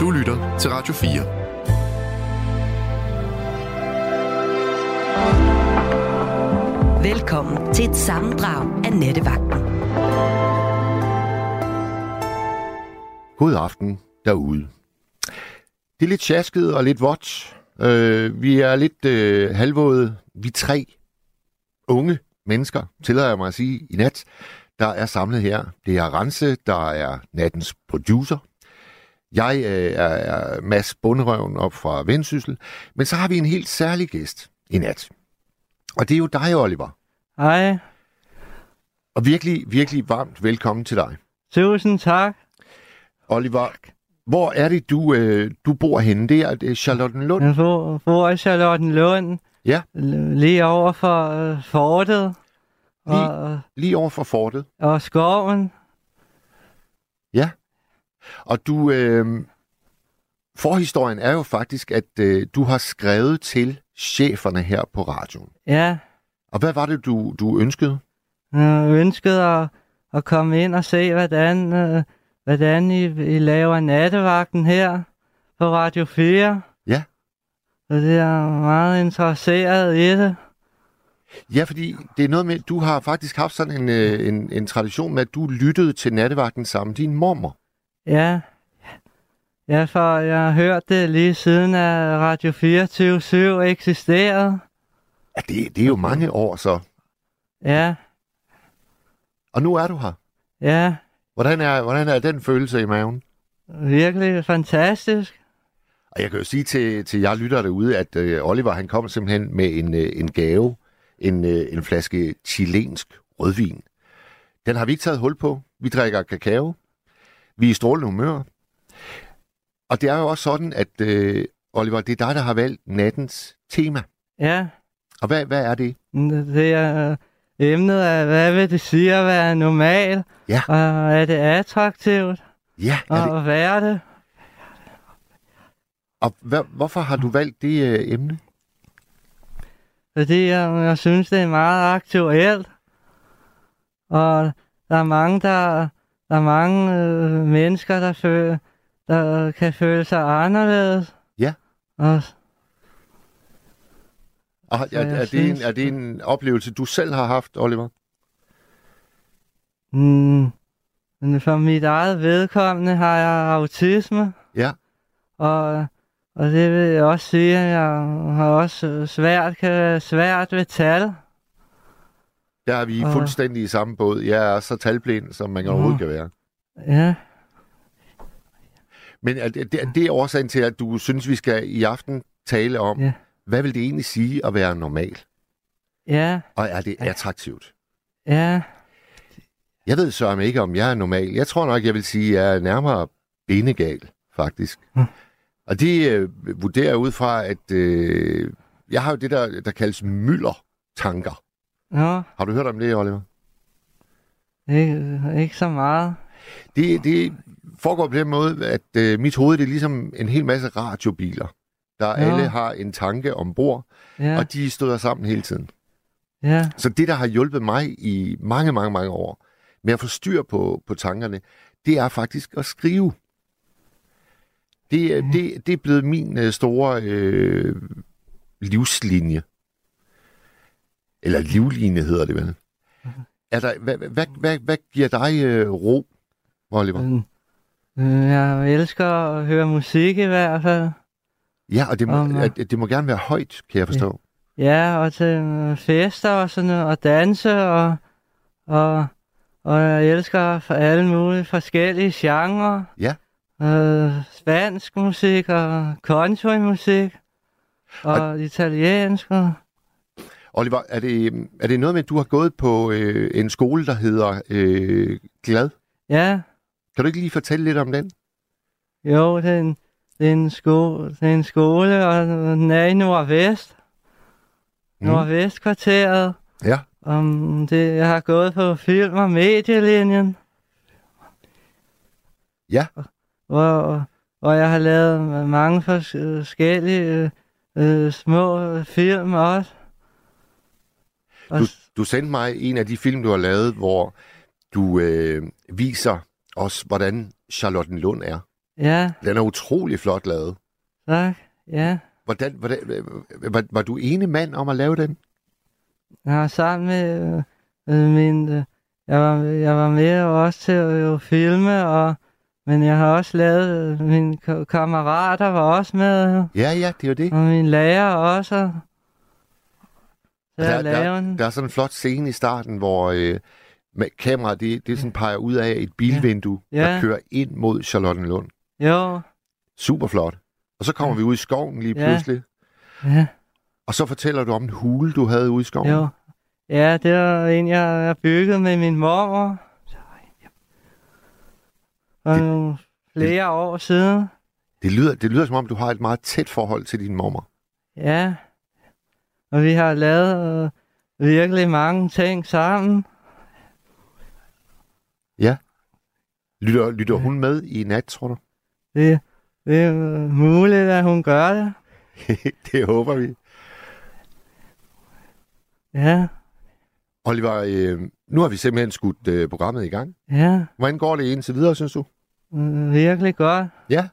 Du lytter til Radio 4. Velkommen til et sammendrag af Nattevagten. God aften derude. Det er lidt sjasket og lidt vådt. Vi er lidt halvvåde. Vi 3 unge mennesker, tillader jeg mig at sige, i nat, der er samlet her. Det er Rense, der er nattens producer. Jeg er Mads Bunderøven op fra Vendsyssel. Men så har vi en helt særlig gæst i nat. Og det er jo dig, Oliver. Hej. Og virkelig, virkelig varmt velkommen til dig. Tusind tak. Oliver, hvor er det, du bor henne? Det er Charlottenlund? Jeg bor i Charlottenlund. Ja. Lige over for fortet. Lige over for fortet? Og skoven. Ja. Og du... forhistorien er jo faktisk, at du har skrevet til cheferne her på radioen. Ja. Og hvad var det, du ønskede? Jeg ønskede at komme ind og se, hvordan I laver nattevagten her på Radio 4. Ja. Så det er meget interesseret i det. Ja, fordi det er noget med, du har faktisk haft sådan en tradition med, at du lyttede til nattevagten sammen med din mormor. Ja. Ja, for jeg har hørt det lige siden, at Radio 24/7 eksisterede. Ja, det er jo mange år så. Ja. Og nu er du her. Ja. Hvordan er den følelse i maven? Virkelig fantastisk. Og jeg kan jo sige til jer lytter derude, at Oliver han kom simpelthen med en gave. En flaske chilensk rødvin. Den har vi ikke taget hul på. Vi drikker kakao. Vi er i strålende humør. Og det er jo også sådan, at Oliver, det er dig, der har valgt nattens tema. Ja. Og hvad er det? Det er emnet af, hvad vil det sige at være normal? Ja. Og er det attraktivt? Ja. Og hvad er det? Og hvorfor har du valgt det emne? Fordi jeg synes, det er meget aktuelt. Og der er mange mennesker, der kan føle sig anderledes. Ja. Og er det en oplevelse, du selv har haft, Oliver? Men for mit eget vedkommende har jeg autisme. Ja. Og det vil jeg også sige, at jeg har også svært ved tal. Der er vi fuldstændig i samme båd. Jeg er så talblind, som man overhovedet kan være. Ja. Men det er årsagen til, at du synes, vi skal i aften tale om, hvad vil det egentlig sige at være normal? Ja. Og er det attraktivt? Ja. Jeg ved så ikke, om jeg er normal. Jeg tror nok, jeg vil sige, at jeg er nærmere benegal, faktisk. Og det vurderer ud fra, at jeg har jo det, der kaldes myldertanker. Ja. Har du hørt om det, Oliver? Ikke så meget. Det foregår på den måde, at mit hoved det er ligesom en hel masse radiobiler, der alle har en tanke ombord, og de støder sammen hele tiden. Ja. Så det, der har hjulpet mig i mange, mange, mange år med at få styr på tankerne, det er faktisk at skrive. Det er blevet min store livslinje. Eller livlinje hedder det vel. Hvad giver dig ro, Oliver? Jeg elsker at høre musik i hvert fald. Ja, og det må gerne være højt, kan jeg forstå. Ja, og til fester og sådan noget, og danse, og jeg elsker for alle mulige forskellige genrer. Ja. Spansk musik og countrymusik og italiensk. Oliver, er det noget med, at du har gået på en skole, der hedder Glad? Ja. Kan du ikke lige fortælle lidt om den? Jo, det er en skole, og den er i Nordvest. Nordvestkvarteret. Ja. Jeg har gået på film- og medielinjen. Ja. Og jeg har lavet mange forskellige små film også. Du sendte mig en af de film, du har lavet, hvor du viser os, hvordan Charlottenlund er. Ja, Den er utrolig flot lavet. tak. Ja. Hvordan var du ene mand om at lave den? Jeg har sammen med min... jeg var med også til at filme, men jeg har også lavet... mine kammerater var også med, Ja, det er jo det. og min lærer også. Der er sådan en flot scene i starten, hvor kameraet det sådan peger ud af et bilvindue, der kører ind mod Charlottenlund. Jo. Super flot. Og så kommer vi ud i skoven lige pludselig. Ja. Og så fortæller du om en hule, du havde ude i skoven. Jo. Ja, det var en, jeg byggede med min mormor. For nogle flere år siden. Det lyder som om, du har et meget tæt forhold til din mormor. Ja. Og vi har lavet virkelig mange ting sammen. Ja. Lytter hun med i nat, tror du? Det er muligt, at hun gør det. Det håber vi. Ja. Oliver, nu har vi simpelthen skudt programmet i gang. Ja. Hvordan går det indtil videre, synes du? Virkelig godt. Ja.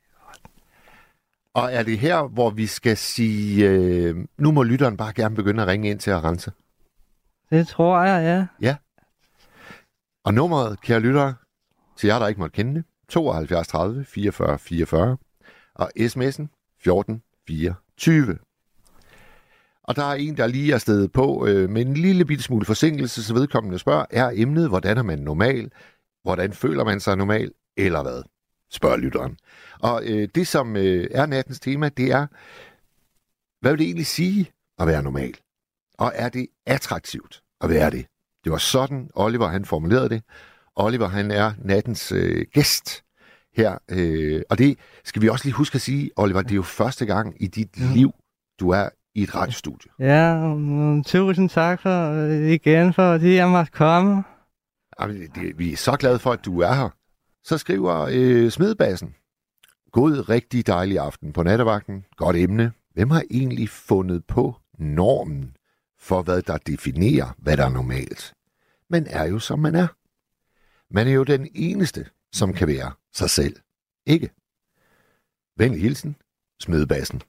Og er det her, hvor vi skal sige, nu må lytteren bare gerne begynde at ringe ind til at rense? Det tror jeg, ja. Ja. Og nummeret, kære lyttere, til jer, der ikke måtte kende det, 72 30 44 44, og sms'en 14 24. Og der er en, der lige er stedet på med en lille bitte smule forsinkelse, så vedkommende spørger, er emnet, hvordan er man normal? Hvordan føler man sig normal? Eller hvad? Spørger lytteren. Og det, som er nattens tema, det er, hvad vil det egentlig sige at være normal? Og er det attraktivt at være det? Det var sådan, Oliver han formulerede det. Oliver han er nattens gæst her. Og det skal vi også lige huske at sige, Oliver, det er jo første gang i dit liv, du er i et radiostudie. Ja, tusind tak igen, fordi jeg måtte komme. Jamen, vi er så glade for, at du er her. Så skriver Smedebassen. God, rigtig dejlig aften på nattevagten. Godt emne. Hvem har egentlig fundet på normen for, hvad der definerer, hvad der er normalt? Man er jo, som man er. Man er jo den eneste, som kan være sig selv. Ikke? Venlig hilsen, Smedebassen.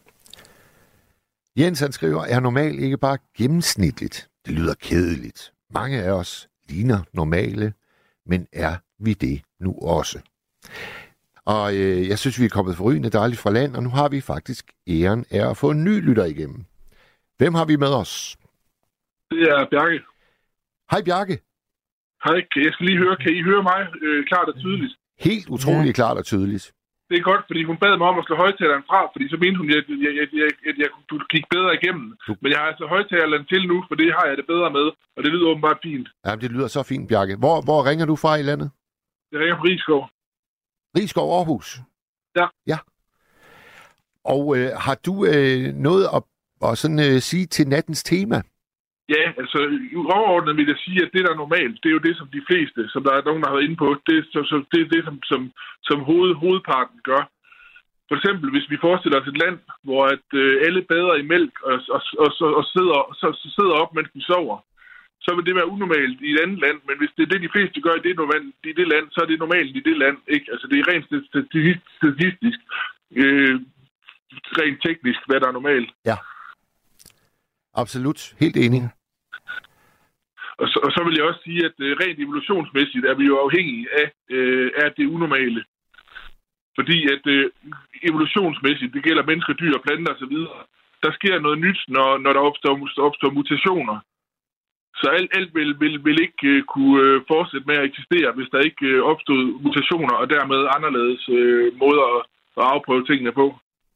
Jens han skriver, er normal ikke bare gennemsnitligt? Det lyder kedeligt. Mange af os ligner normale, men er vi det nu også? Og jeg synes, vi er kommet forrygende dejligt fra land, og nu har vi faktisk æren af at få en ny lytter igennem. Hvem har vi med os? Det er Bjarke. Hej Bjarke. Hej, jeg skal lige høre, kan I høre mig klart og tydeligt? Helt utroligt klart og tydeligt. Det er godt, fordi hun bad mig om at slå højtaleren fra, fordi så mente hun, at jeg kunne kigge bedre igennem. Men jeg har altså højtaleren til nu, for det har jeg det bedre med, og det lyder åbenbart fint. Ja, det lyder så fint, Bjarke. Hvor ringer du fra i landet? Jeg ringer fra Rigskov. Rigskov, Aarhus? Ja. Og har du noget at sådan, sige til nattens tema? Ja, altså overordnet vil jeg sige, at det, der er normalt, det er jo det, som de fleste, som der er nogen, der har været inde på, det er det, som hovedparten gør. For eksempel, hvis vi forestiller os et land, hvor at alle bader i mælk og sidder op, mens de sover, så vil det være unormalt i et andet land. Men hvis det er det, de fleste gør i det land, så er det normalt i det land. Ikke? Altså, det er rent statistisk, rent teknisk, hvad der er normalt. Ja. Absolut. Helt enig. Og så vil jeg også sige, at rent evolutionsmæssigt er vi jo afhængige af det unormale. Fordi at evolutionsmæssigt, det gælder mennesker, dyr, planter osv., der sker noget nyt, når der opstår mutationer. Så alt vil ikke kunne fortsætte med at eksistere, hvis der ikke opstod mutationer, og dermed anderledes måder at afprøve tingene på.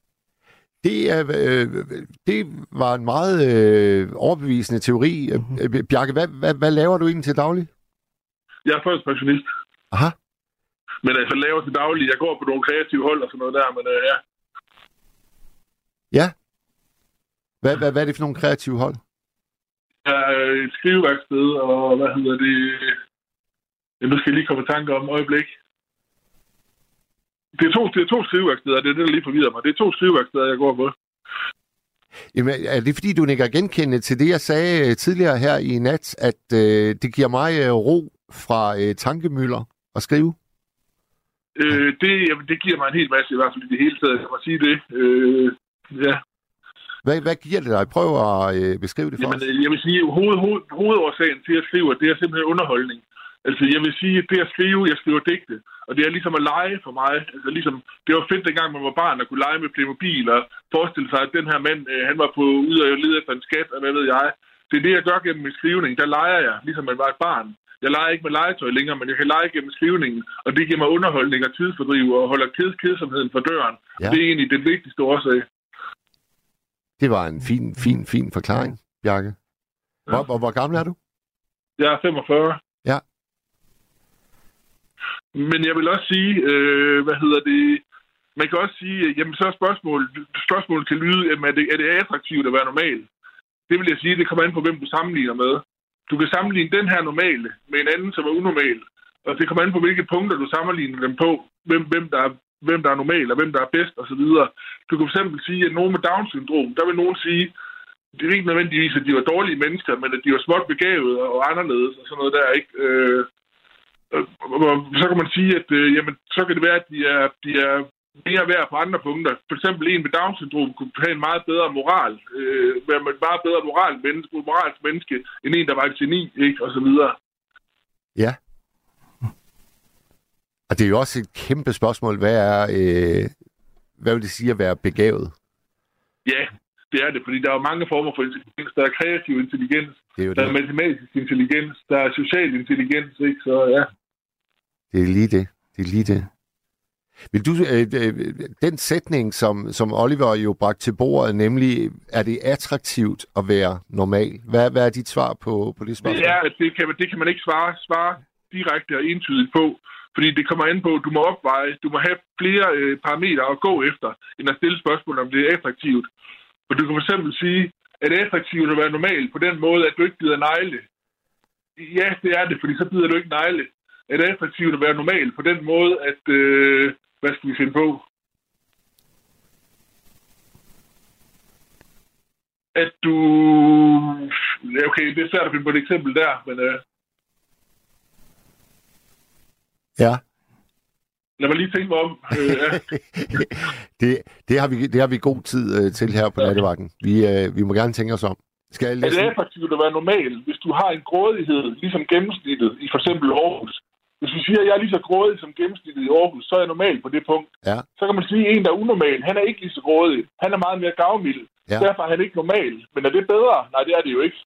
Det var en meget overbevisende teori. Bjarke, hvad laver du egentlig til daglig? Jeg er førtidspensionist. Aha. Men altså laver til daglig. Jeg går på nogle kreative hold og sådan noget der, men ja. Ja? Hvad er det for nogle kreative hold? Jeg er et skriveværksted, og hvad hedder det? Nu skal jeg lige komme i tanke om øjeblik. Det er to skriveværksteder, det er det, der lige forvirrer mig. Det er 2 skriveværksteder, jeg går på. Jamen, er det fordi, du nikker genkendende til det, jeg sagde tidligere her i nat, at det giver mig ro fra tankemøller at skrive? Det giver mig en hel masse, i hvert fald i det hele taget. Jeg må sige det. Ja. Hvad giver det dig? Prøv at beskrive det for os. Jeg vil sige, hovedårsagen til at skrive, det er simpelthen underholdning. Altså, jeg vil sige, at det at jeg skriver digte, og det er ligesom at lege for mig. Altså, ligesom, det var fedt, dengang man var barn, at kunne lege med Playmobil, og forestille sig, at den her mand, han var ude og lede efter en skat, og hvad ved jeg. Det er det, jeg gør gennem min skrivning. Der leger jeg, ligesom man var et barn. Jeg leger ikke med legetøj længere, men jeg kan lege gennem skrivningen, og det giver mig underholdning og tidsfordriv, og holder kedsomheden for døren. Ja. Det er egentlig det vigtigste årsag. Det var en fin forklaring, Bjarke. Hvor gammel er du? Jeg er 45. Ja. Men jeg vil også sige, man kan også sige, jamen så er spørgsmålet kan lyde, jamen, er det attraktivt at være normal? Det vil jeg sige, det kommer an på, hvem du sammenligner med. Du kan sammenligne den her normale med en anden, som er unormal. Og det kommer an på, hvilke punkter du sammenligner dem på. Hvem der er normal, og hvem der er bedst, osv. Du kan fx sige, at nogen med Down-syndrom, der vil nogen sige, det er ikke nødvendigvis, at de var dårlige mennesker, men at de var småt begavede og anderledes, og sådan noget der, ikke? Så kan man sige, at jamen, så kan det være, at de er mere værd på andre punkter. For eksempel en med Down-syndrom kunne have en meget bedre moral, være en meget bedre moralsk menneske, end en, der var et geni, ikke? Og så videre. Ja. Og det er jo også et kæmpe spørgsmål. Hvad vil det sige at være begavet? Ja, det er det, fordi der er mange former for intelligens. Der er kreativ intelligens, der er matematisk intelligens, der er social intelligens, ikke? Så ja. Det er lige det. Vil du, den sætning, som Oliver jo bragte til bordet, nemlig, er det attraktivt at være normal? Hvad er dit svar på det spørgsmål? Det er, at det kan man ikke svare direkte og entydigt på. Fordi det kommer an på, at du må opveje, du må have flere parametre at gå efter, end at stille spørgsmål, om det er attraktivt. For du kan for eksempel sige, at det er attraktivt at være normal på den måde, at du ikke bider negle. Ja, det er det, fordi så bider du ikke negle. Er det attraktivt at være normal på den måde, at... hvad skal vi finde på? At du... Okay, det er svært at finde på et eksempel der, men... Ja. Lad mig lige tænke mig om. Ja. det har vi god tid til her på nattevagten. Vi må gerne tænke os om. Skal jeg læse? Er det attraktivt at være normal, hvis du har en grådighed, ligesom gennemsnittet i for eksempel Aarhus? Hvis vi siger, at jeg er lige så grådig som gennemsnittet i Aarhus, så er jeg normal på det punkt. Ja. Så kan man sige, at en, der er unormal, han er ikke lige så grådig. Han er meget mere gavmild. Ja. Derfor er han ikke normal. Men er det bedre? Nej, det er det jo ikke.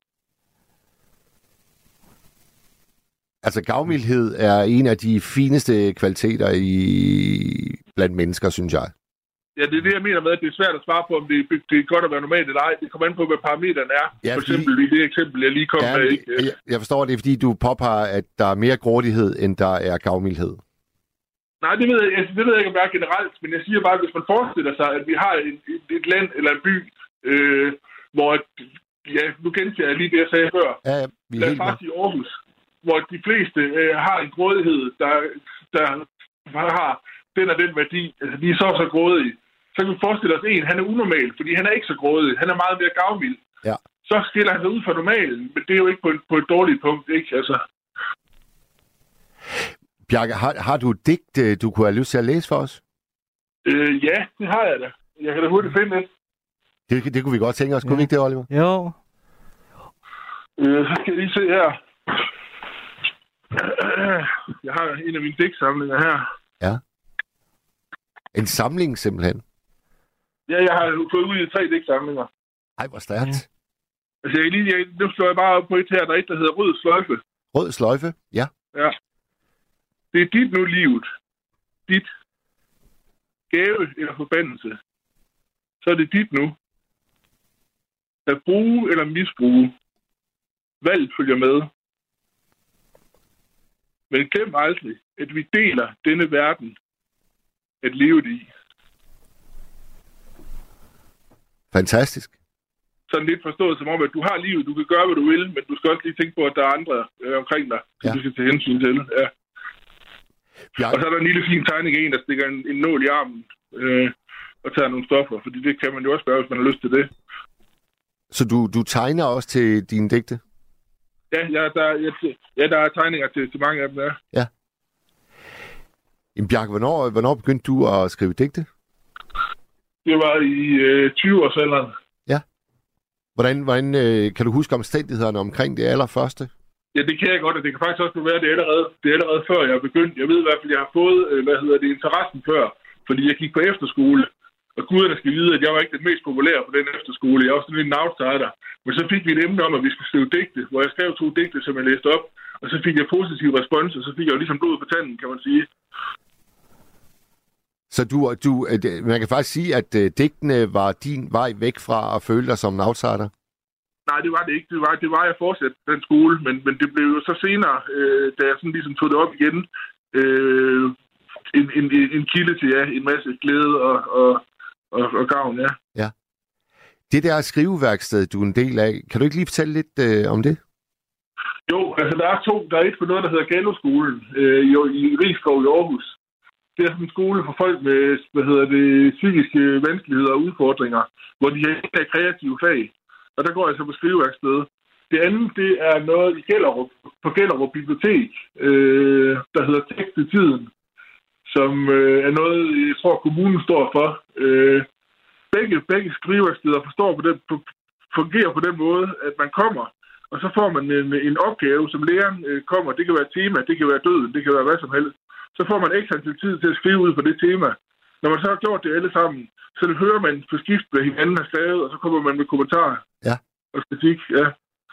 Altså, gavmildhed er en af de fineste kvaliteter blandt mennesker, synes jeg. Ja, det er det, jeg mener med, at det er svært at svare på, om det er godt at være normalt eller ej. Det kommer an på, hvad parametrene er. Ja, for eksempel i det eksempel, jeg lige kom med. Ikke? Jeg forstår det, fordi du påpeger, at der er mere grådighed, end der er gavmildhed. Nej, det ved jeg ikke, om det er generelt. Men jeg siger bare, at hvis man forestiller sig, at vi har et land eller en by, hvor... Ja, nu gentager jeg lige det, jeg sagde før. Ja, lad os bare sige Aarhus, hvor de fleste har en grådighed, der har den og den værdi. Altså, de er så grådige. Så kan vi forestille os han er unormal, fordi han er ikke så grådig. Han er meget mere gavmild. Ja. Så skiller han sig ud fra normalen, men det er jo ikke på et dårligt punkt, ikke? Altså. Bjarke, har du et digt, du kunne have lyst til at læse for os? Ja, det har jeg da. Jeg kan da hurtigt finde det. Det kunne vi godt tænke os. Kunne vi ikke det, Oliver? Jo. Så skal jeg lige se her. Jeg har en af mine digtsamlinger her. Ja. En samling, simpelthen? Ja, jeg har fået ud i 3 digtsamlinger. Ej, hvor stærkt. Ja. Altså, nu slår jeg bare op på et her, der er et, der hedder Rød Sløjfe. Rød Sløjfe, ja. Ja. Det er dit nu, livet. Dit. Gave eller forbandelse. Så er det dit nu. At bruge eller misbruge. Valg følger med. Men glem aldrig, at vi deler denne verden at leve i. Fantastisk. Sådan lidt forstået som om, at du har livet, du kan gøre, hvad du vil, men du skal også lige tænke på, at der er andre omkring dig, som du skal tage hensyn til. Ja. Og så er der en lille fin tegning af en, der stikker en nål i armen og tager nogle stoffer, fordi det kan man jo også gøre, hvis man har lyst til det. Så du tegner også til dine digte? Ja, der er tegninger til mange af dem, ja. Bjarke, hvornår begyndte du at skrive digte? Det var i 20-årsalderen. Ja. Hvordan kan du huske omstændighederne omkring det allerførste? Ja, det kan jeg godt, og det kan faktisk også være, det er allerede før jeg er begyndt. Jeg ved i hvert fald, jeg har fået, interessen før, fordi jeg gik på efterskole. Og guderne skal vide, at jeg var ikke den mest populære på den efterskole. Jeg var sådan en outsider. Men så fik vi et emne om, at vi skulle skrive digte, hvor jeg skrev 2 digte, som jeg læste op. Og så fik jeg positiv respons, og så fik jeg jo ligesom blod på tanden, kan man sige. Så man kan faktisk sige, at digtene var din vej væk fra at føle dig som en outsider? Nej, det var det ikke. Det var jeg fortsat den skole, men det blev jo så senere, da jeg sådan ligesom tog det op igen, en kilde til en masse glæde og gavn, ja. Ja. Det der skriveværksted, du er en del af, kan du ikke lige fortælle lidt om det? Jo, altså der er 2. Der er et for noget, der hedder Galloskolen i Rigskov i Aarhus. Det er sådan en skole for folk med, psykiske vanskeligheder og udfordringer, hvor de har kreative fag. Og der går jeg så på skriveværksted. Det andet, det er noget i Gellerup, på Gellerup Bibliotek, der hedder Tekst i Tiden, som er noget, jeg tror, kommunen står for. Begge skriveværksteder fungerer på den måde, at man kommer, og så får man en opgave, som læreren kommer. Det kan være et tema, det kan være døden, det kan være hvad som helst. Så får man ekstra tid til at skrive ud på det tema. Når man så har gjort det alle sammen, så hører man på skift, hvad hinanden har skrevet, og så kommer man med kommentarer. Ja. Og kritik, ja.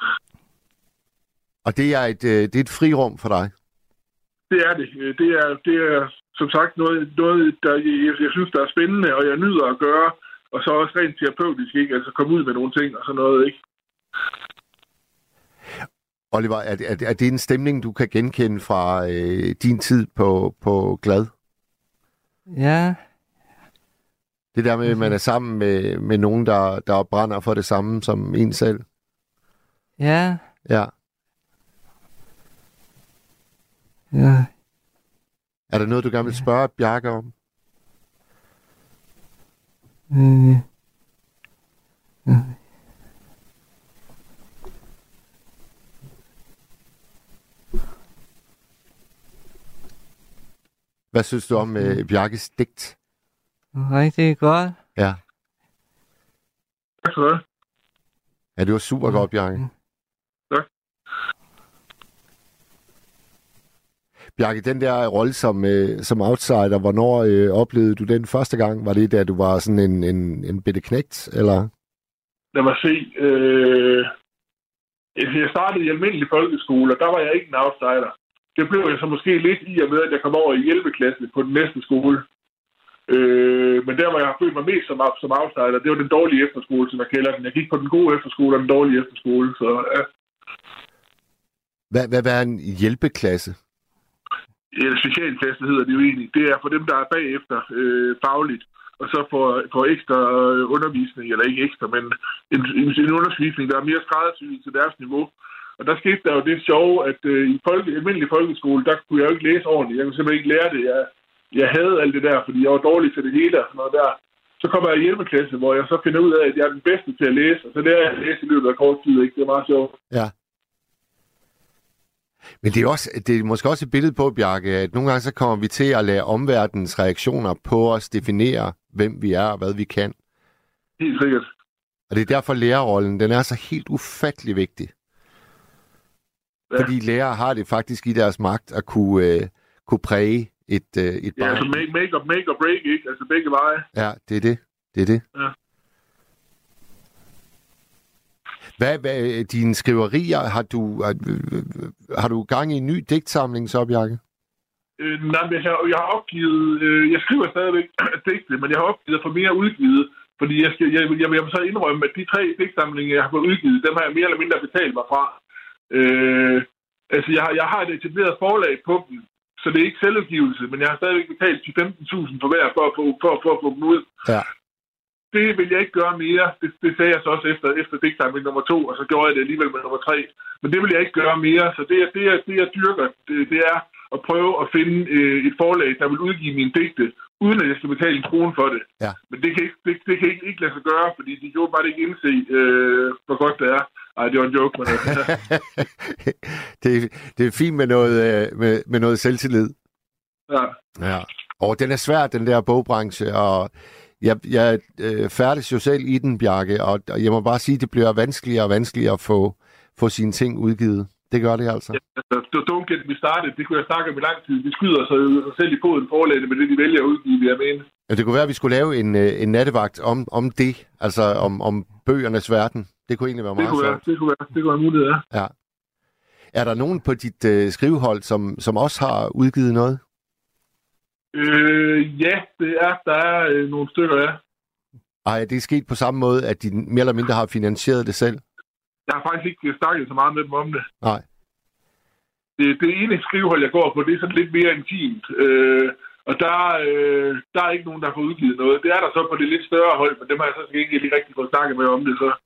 Og det er et frirum for dig? Det er det. Det er som sagt noget der jeg synes, der er spændende, og jeg nyder at gøre, og så også rent terapeutisk, ikke? Altså komme ud med nogle ting og sådan noget, ikke? Oliver, er det en stemning, du kan genkende fra din tid på Glad? Ja. Det der med, at man er sammen med nogen, der brænder for det samme som en selv? Ja. Ja. Ja. Er der noget, du gerne vil spørge Bjarke om? Hvad synes du om Bjarkes digt? Rigtig godt. Ja. Tak for det. Ja, det var super godt, Bjarke. Tak. Bjarke, den der rolle som outsider, hvornår oplevede du den første gang? Var det, da du var sådan en bitte knægt, eller? Lad mig se. Jeg startede i almindelig folkeskole, og der var jeg ikke en outsider. Det blev jeg så måske lidt i og med, at jeg kom over i hjælpeklasse på den næste skole. Men der, hvor jeg har følt mig mest som outsider, det var den dårlige efterskole, som jeg kalder den. Jeg gik på den gode efterskole og den dårlige efterskole, så ja. Hvad er en hjælpeklasse? En specialklasse hedder det jo egentlig. Det er for dem, der er bagefter fagligt, og så får ekstra undervisning, eller ikke ekstra, men en undervisning, der er mere skræddersyet til deres niveau. Og der skete der jo det sjove, at i almindelig folkeskole, der kunne jeg jo ikke læse ordentligt. Jeg kunne simpelthen ikke lære det. Jeg havde alt det der, fordi jeg var dårlig til det hele og sådan noget der. Så kommer jeg i hjælpeklasse, hvor jeg så finder ud af, at jeg er den bedste til at læse, og så lærer jeg at læse i løbet af kort tid, ikke? Det er meget sjovt. Ja. Men det er måske også et billede på, Bjarke, at nogle gange så kommer vi til at lade omverdenens reaktioner på os definere, hvem vi er og hvad vi kan. Helt sikkert. Og det er derfor lærerrollen, den er så helt ufattelig vigtig. Ja. Fordi lærere har det faktisk i deres magt at kunne præge et barn. Ja, altså make or break, ikke? Altså begge veje. Ja, det er det. Ja. Hvad dine skriverier, har du gang i en ny digtsamling så, Bjarke? Nej, jeg har opgivet, jeg skriver stadigvæk digte, men jeg har opgivet at få mere udgivet, fordi jeg vil så indrømme, at de 3 digtsamlinger, jeg har fået udgivet, dem har jeg mere eller mindre betalt mig fra. Altså, jeg har et etableret forlag på dem, så det er ikke selvudgivelse, men jeg har stadigvæk betalt 15.000 for hver for at få dem ud. Ja. Det vil jeg ikke gøre mere. Det sagde jeg så også efter digtsamling nummer 2, og så gjorde jeg det alligevel med nummer 3. Men det vil jeg ikke gøre mere. Så det jeg dyrker, det er at prøve at finde et forlag, der vil udgive mine digte, uden at jeg skal betale en krone for det. Ja. Men det kan ikke lade sig gøre, fordi de gjorde bare ikke indse, hvor godt det er. Ej, det var en joke. Men det er fint med noget selvtillid. Ja. Ja. Og den er svær, den der bogbranche, og jeg færdes jo selv i den, Bjarke, og jeg må bare sige, at det bliver vanskeligere og vanskeligere at få sine ting udgivet. Det gør det altså. Ja, altså, don't get me started. Det kunne jeg snakke om i lang tid. De skyder sig selv i foden forlagene med det, de vælger at udgive, jeg mener. Ja, det kunne være, at vi skulle lave en nattevagt om det, altså om bøgernes verden. Det kunne egentlig være meget sjovt. Det kunne være muligt, ja. Er der nogen på dit skrivehold, som også har udgivet noget? Ja, der er nogle stykker, ja. Ej, det er sket på samme måde, at de mere eller mindre har finansieret det selv? Jeg har faktisk ikke snakket så meget med dem om det. Nej. Det ene skrivehold, jeg går på, det er sådan lidt mere intimt. Og der er ikke nogen, der har fået udgivet noget. Det er der så på det lidt større hold, men dem har jeg så ikke lige rigtig fået snakket med om det, så.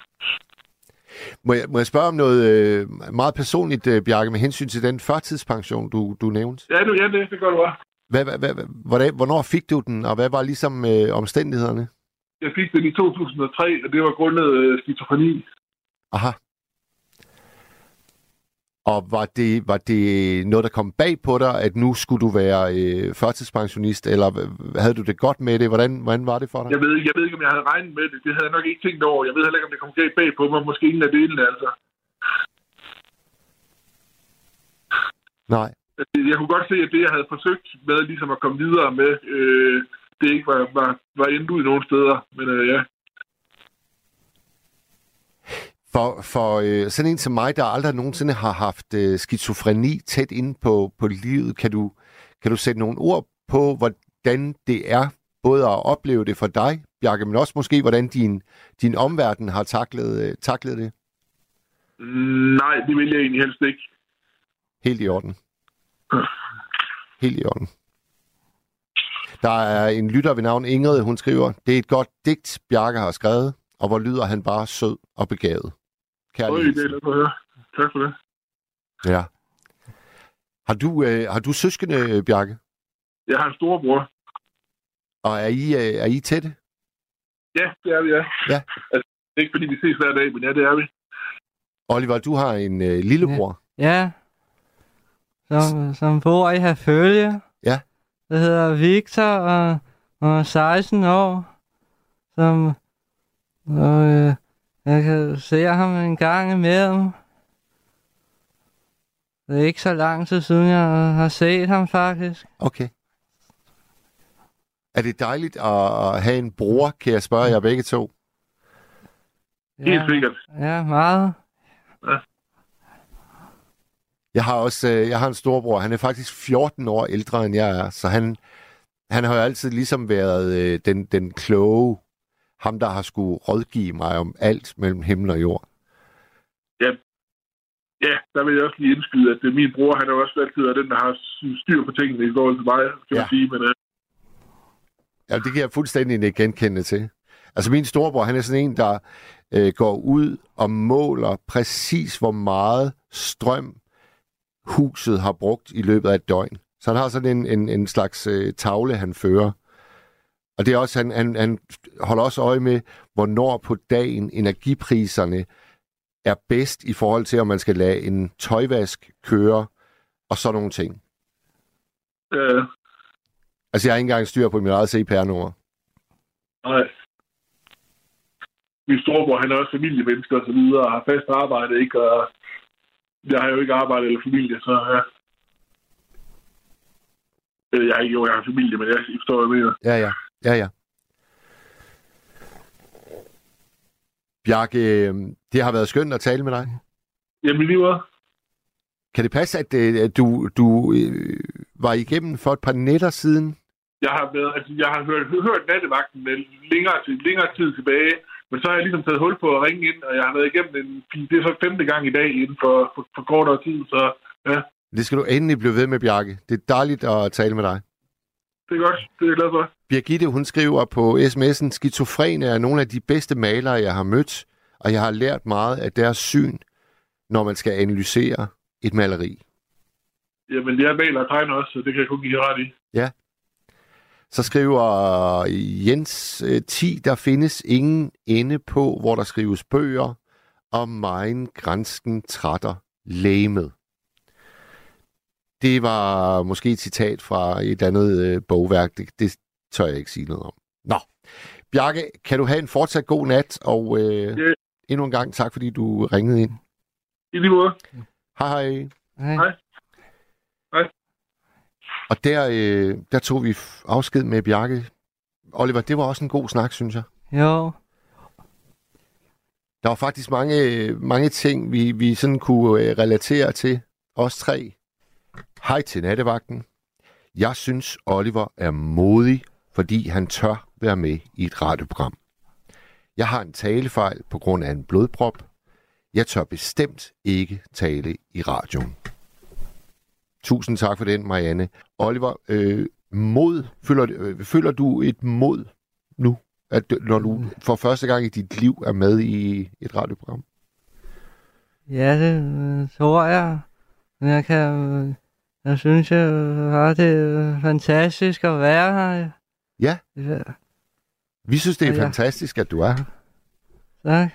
Må jeg spørge om noget meget personligt, Bjarke, med hensyn til den førtidspension, du nævnte? Ja, det gør du også. Hvornår fik du den, og hvad var ligesom omstændighederne? Jeg fik den i 2003, og det var grundet skizofreni. Aha. Og var det noget, der kom bag på dig, at nu skulle du være førtidspensionist, eller havde du det godt med det? Hvordan var det for dig? Jeg ved ikke, om jeg havde regnet med det. Det havde jeg nok ikke tænkt over. Jeg ved heller ikke, om det kom bag på mig. Måske ingen af delene, altså. Nej. Jeg kunne godt se, at det, jeg havde forsøgt med ligesom at komme videre med, det ikke var endt ud nogen steder. Men ja. For sådan en som mig, der aldrig nogensinde har haft skizofreni tæt inde på livet, kan du sætte nogle ord på, hvordan det er både at opleve det for dig, Bjarke, men også måske, hvordan din omverden har taklet det? Nej, det vil jeg egentlig helst ikke. Helt i orden. Helt i orden. Der er en lytter ved navn Ingrid, hun skriver, det er et godt digt, Bjarke har skrevet, og hvor lyder han bare sød og begavet. Kærlighed. Det er lidt at høre. Tak for det. Ja. Har du søskende, Bjarke? Jeg har en storebror. Og er I tætte? Ja, det er vi, ja. Ja. Altså, det er ikke fordi, vi ses hver dag, men ja, det er vi. Oliver, du har en lillebror. Ja. Som bor i Herfølge. Ja. Det hedder Victor og 16 år. Jeg kan se ham en gang imellem. Det er ikke så lang tid siden, jeg har set ham faktisk. Okay. Er det dejligt at have en bror, kan jeg spørge jer begge to? Helt sikkert. Ja, meget. Ja. Jeg har en storbror. Han er faktisk 14 år ældre, end jeg er. Så han har jo altid ligesom været den kloge, ham der har skulle rådgive mig om alt mellem himmel og jord. Ja, der vil jeg også lige indskyde, at min bror, han er jo også altid den, der har styr på tingene i forhold til mig, kan man sige. Men, ja, det kan jeg fuldstændig ikke genkende til. Altså min storebror, han er sådan en, der går ud og måler præcis, hvor meget strøm huset har brugt i løbet af et døgn. Så han har sådan en slags tavle, han fører. Og det er også, han holder også øje med, hvornår på dagen energipriserne er bedst i forhold til, om man skal lade en tøjvask køre, og sådan nogle ting. Altså, jeg har ikke engang styr på mit eget CPR-nummer. Nej. Min storebror, han er også familiemenneske og så videre, og har fast arbejde, ikke? Og jeg har jo ikke arbejde eller familie, så ja. Jeg har familie, men jeg forstår jo mere. Ja. Bjarke, det har været skønt at tale med dig. Jamen, lige var. Kan det passe, at du var igennem for et par nætter siden? Jeg har hørt nattevagten længere tid tilbage, men så har jeg ligesom taget hul på at ringe ind, og jeg har været igennem det er så 5. gang i dag inden for kortere tid, så ja. Det skal du endelig blive ved med, Bjarke. Det er dejligt at tale med dig. Det er godt. Det er jeg glad for. Birgitte, hun skriver på sms'en, skizofrene er nogle af de bedste malere, jeg har mødt, og jeg har lært meget af deres syn, når man skal analysere et maleri. Jamen, jeg maler og tegner også, så det kan jeg kun give ret i. Ja. Så skriver Jens 10, der findes ingen ende på, hvor der skrives bøger, og megen grænsken trætter lægemet. Det var måske et citat fra et andet bogværk. Det tør jeg ikke sige noget om. Nå, Bjarke, kan du have en fortsat god nat, og endnu en gang tak, fordi du ringede ind. I lige måde. Hej. Hej. Og der tog vi afsked med Bjarke. Oliver, det var også en god snak, synes jeg. Jo. Der var faktisk mange ting, vi sådan kunne relatere til. Os tre. Hej til nattevagten. Jeg synes, Oliver er modig, fordi han tør være med i et radioprogram. Jeg har en talefejl på grund af en blodprop. Jeg tør bestemt ikke tale i radioen. Tusind tak for den, Marianne. Oliver, føler du et mod nu, når du for første gang i dit liv er med i et radioprogram? Ja, det tror jeg. Men jeg synes, det er fantastisk at være her. Ja. Vi synes, det er fantastisk, at du er her. Tak.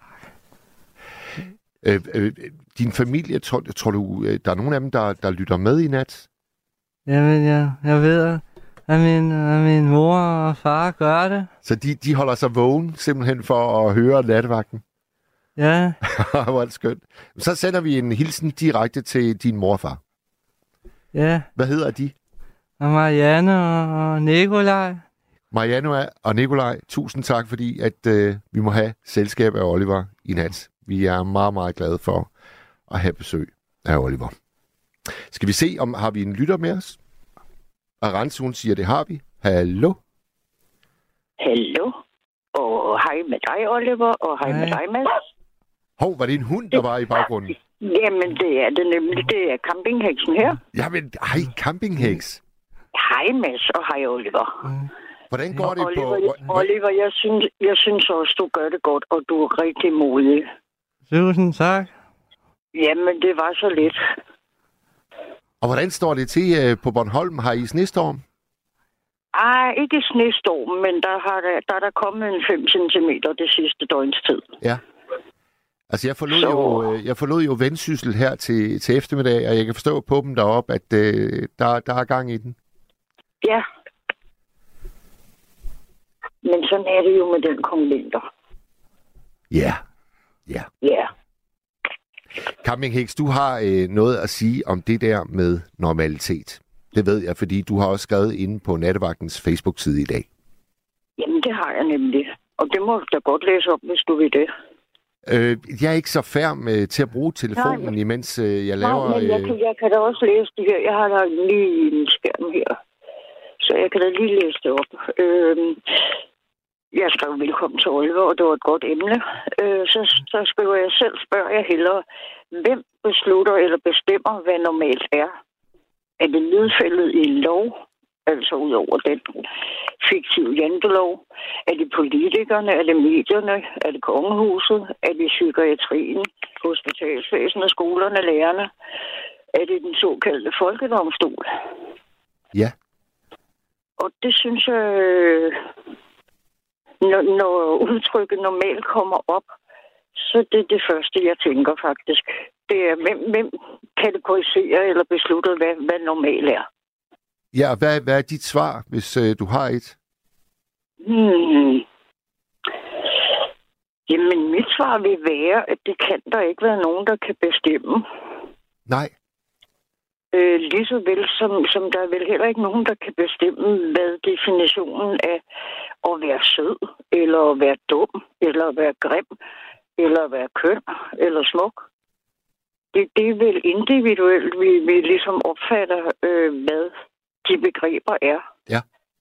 Din familie, tror du, der er nogen af dem, der lytter med i nat? Jamen, jeg ved, at min mor og far gør det. Så de holder sig vågen simpelthen for at høre nattevagten? Ja. Hvor er det skønt. Så sender vi en hilsen direkte til din mor og far. Ja. Hvad hedder de? Og Marianne og Nikolaj. Marianne og Nikolaj, tusind tak, fordi at vi må have selskab af Oliver i nat. Vi er meget, meget glade for at have besøg af Oliver. Skal vi se, om har vi en lytter med os? Arantz, hun siger, det har vi. Hallo? Hallo. Og hej med dig, Oliver, og hej med dig, Mads. Hov, var det en hund, der var i baggrunden? Jamen, det er det nemlig. Det er campingheksen her. Jamen, hej, campingheks. Hej, Mads, og hej, Oliver. Hvordan går det Oliver, jeg synes også, du gør det godt, og du er rigtig modig. Tusind tak. Jamen, det var så lidt. Og hvordan står det til på Bornholm? Har I snestorm? Ej, ikke snestorm, men der er der kommet en 5 centimeter det sidste døgns tid. Ja. Altså, jeg forlod jo Vendsyssel her til eftermiddag, og jeg kan forstå på dem deroppe, at der er gang i den. Ja. Men sådan er det jo med den kom vinter. Ja. Ja. Campingheks, du har noget at sige om det der med normalitet. Det ved jeg, fordi du har også skrevet inde på Nattevagtens Facebook-side i dag. Jamen, det har jeg nemlig. Og det må du da godt læse op, hvis du vil det. Jeg er ikke så færm til at bruge telefonen, imens jeg laver... Nej, men jeg kan da også læse det her. Jeg har da lige en skærm her. Så jeg kan da lige læse det op. Jeg skrev velkommen til Oliver, og det var et godt emne. Så skriver jeg selv, spørger jeg hellere, hvem beslutter eller bestemmer, hvad normalt er? Er det nedfældet i en lov, altså ud over den fiktive jantelov? Er det politikerne? Er det medierne? Er det kongehuset? Er det psykiatrien, hospitalsvæsenet, skolerne, lærerne? Er det den såkaldte folkedomstol? Ja. Og det synes jeg, når udtrykket normalt kommer op, så det er det første, jeg tænker faktisk. Det er, hvem kategoriserer eller beslutter, hvad normalt er. Ja, hvad er dit svar, hvis du har et? Jamen, mit svar vil være, at det kan der ikke være nogen, der kan bestemme. Nej. Lige så vel som der er vel heller ikke nogen, der kan bestemme, hvad definitionen af at være sød, eller at være dum, eller at være grim, eller at være køn, eller smuk. Det er vel individuelt, vi ligesom opfatter, hvad de begreber er. Ja.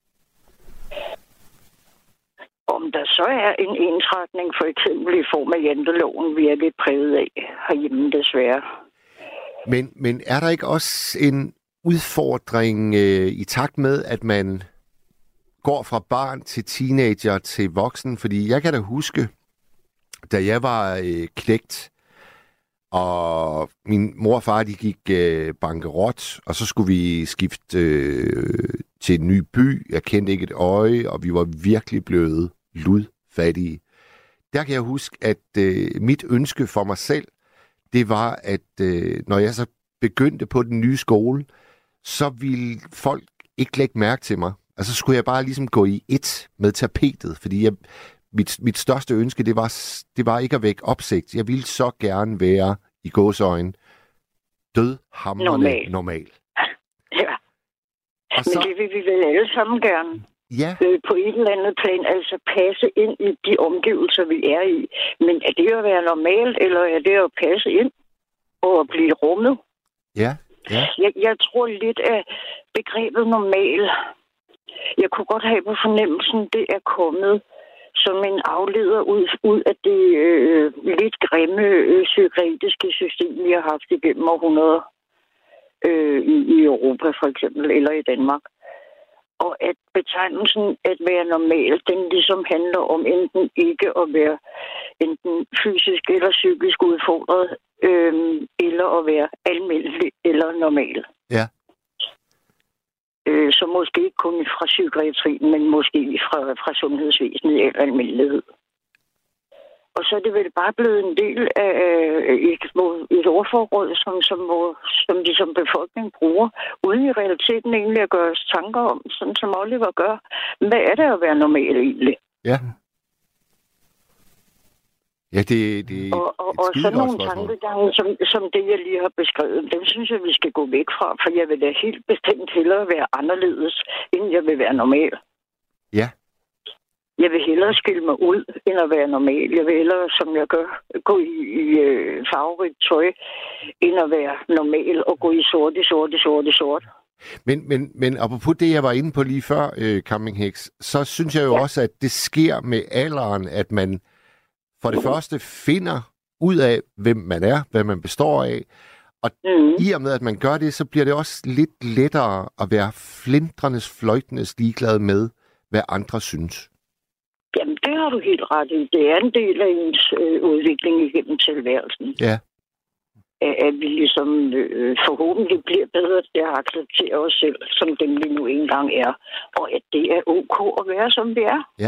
Om der så er en ensretning, for eksempel i form af janteloven, vi er lidt præget af herhjemme desværre. Men er der ikke også en udfordring i takt med, at man går fra barn til teenager til voksen? Fordi jeg kan da huske, da jeg var knægt, og min mor og far, de gik bankerot, og så skulle vi skifte til en ny by. Jeg kendte ikke et øje, og vi var virkelig blevet ludfattige. Der kan jeg huske, at mit ønske for mig selv, det var, at når jeg så begyndte på den nye skole, så ville folk ikke lægge mærke til mig. Altså, så skulle jeg bare ligesom gå i et med tapetet, fordi mit største ønske, det var ikke at vække opsigt. Jeg ville så gerne være i gåseøjne dødhamrende normal. Ja. Og Men det vil vi vel alle sammen gerne. Ja. På et eller andet plan, altså passe ind i de omgivelser, vi er i. Men er det at være normalt, eller er det at passe ind og at blive rummet? Ja. Jeg tror lidt af begrebet normal. Jeg kunne godt have på fornemmelsen, det er kommet som en afleder ud af det lidt grimme psykiatriske system, vi har haft igennem århundreder i Europa for eksempel, eller i Danmark. Og at betegnelsen at være normal, den ligesom handler om enten ikke at være enten fysisk eller psykisk udfordret, eller at være almindelig eller normal. Ja. Så måske ikke kun fra psykiatrien, men måske fra sundhedsvæsenet i al almindelighed. Og så er det vel bare blevet en del af et ordforråd, som de som befolkning bruger, uden i realiteten egentlig at gøre os tanker om, sådan som Oliver gør. Hvad er det at være normal egentlig? Ja. Ja, det og sådan nogle tankegange, som det, jeg lige har beskrevet, dem synes jeg, vi skal gå væk fra, for jeg vil da helt bestemt hellere være anderledes, end jeg vil være normal. Ja. Jeg vil hellere skille mig ud, end at være normal. Jeg vil hellere, som jeg gør, gå i farverigt tøj, end at være normal og gå i sort. Men apropos det, jeg var inde på lige før, Camping Heks, så synes jeg jo også, at det sker med alderen, at man for det første finder ud af, hvem man er, hvad man består af, og i og med, at man gør det, så bliver det også lidt lettere at være flintrenes, fløjtenes ligeglad med, hvad andre synes. Jamen, det har du helt ret i. Det er en del af ens udvikling igennem tilværelsen. Ja. At vi ligesom forhåbentlig bliver bedre til at acceptere os selv, som dem vi nu engang er. Og at det er ok at være, som vi er. Ja.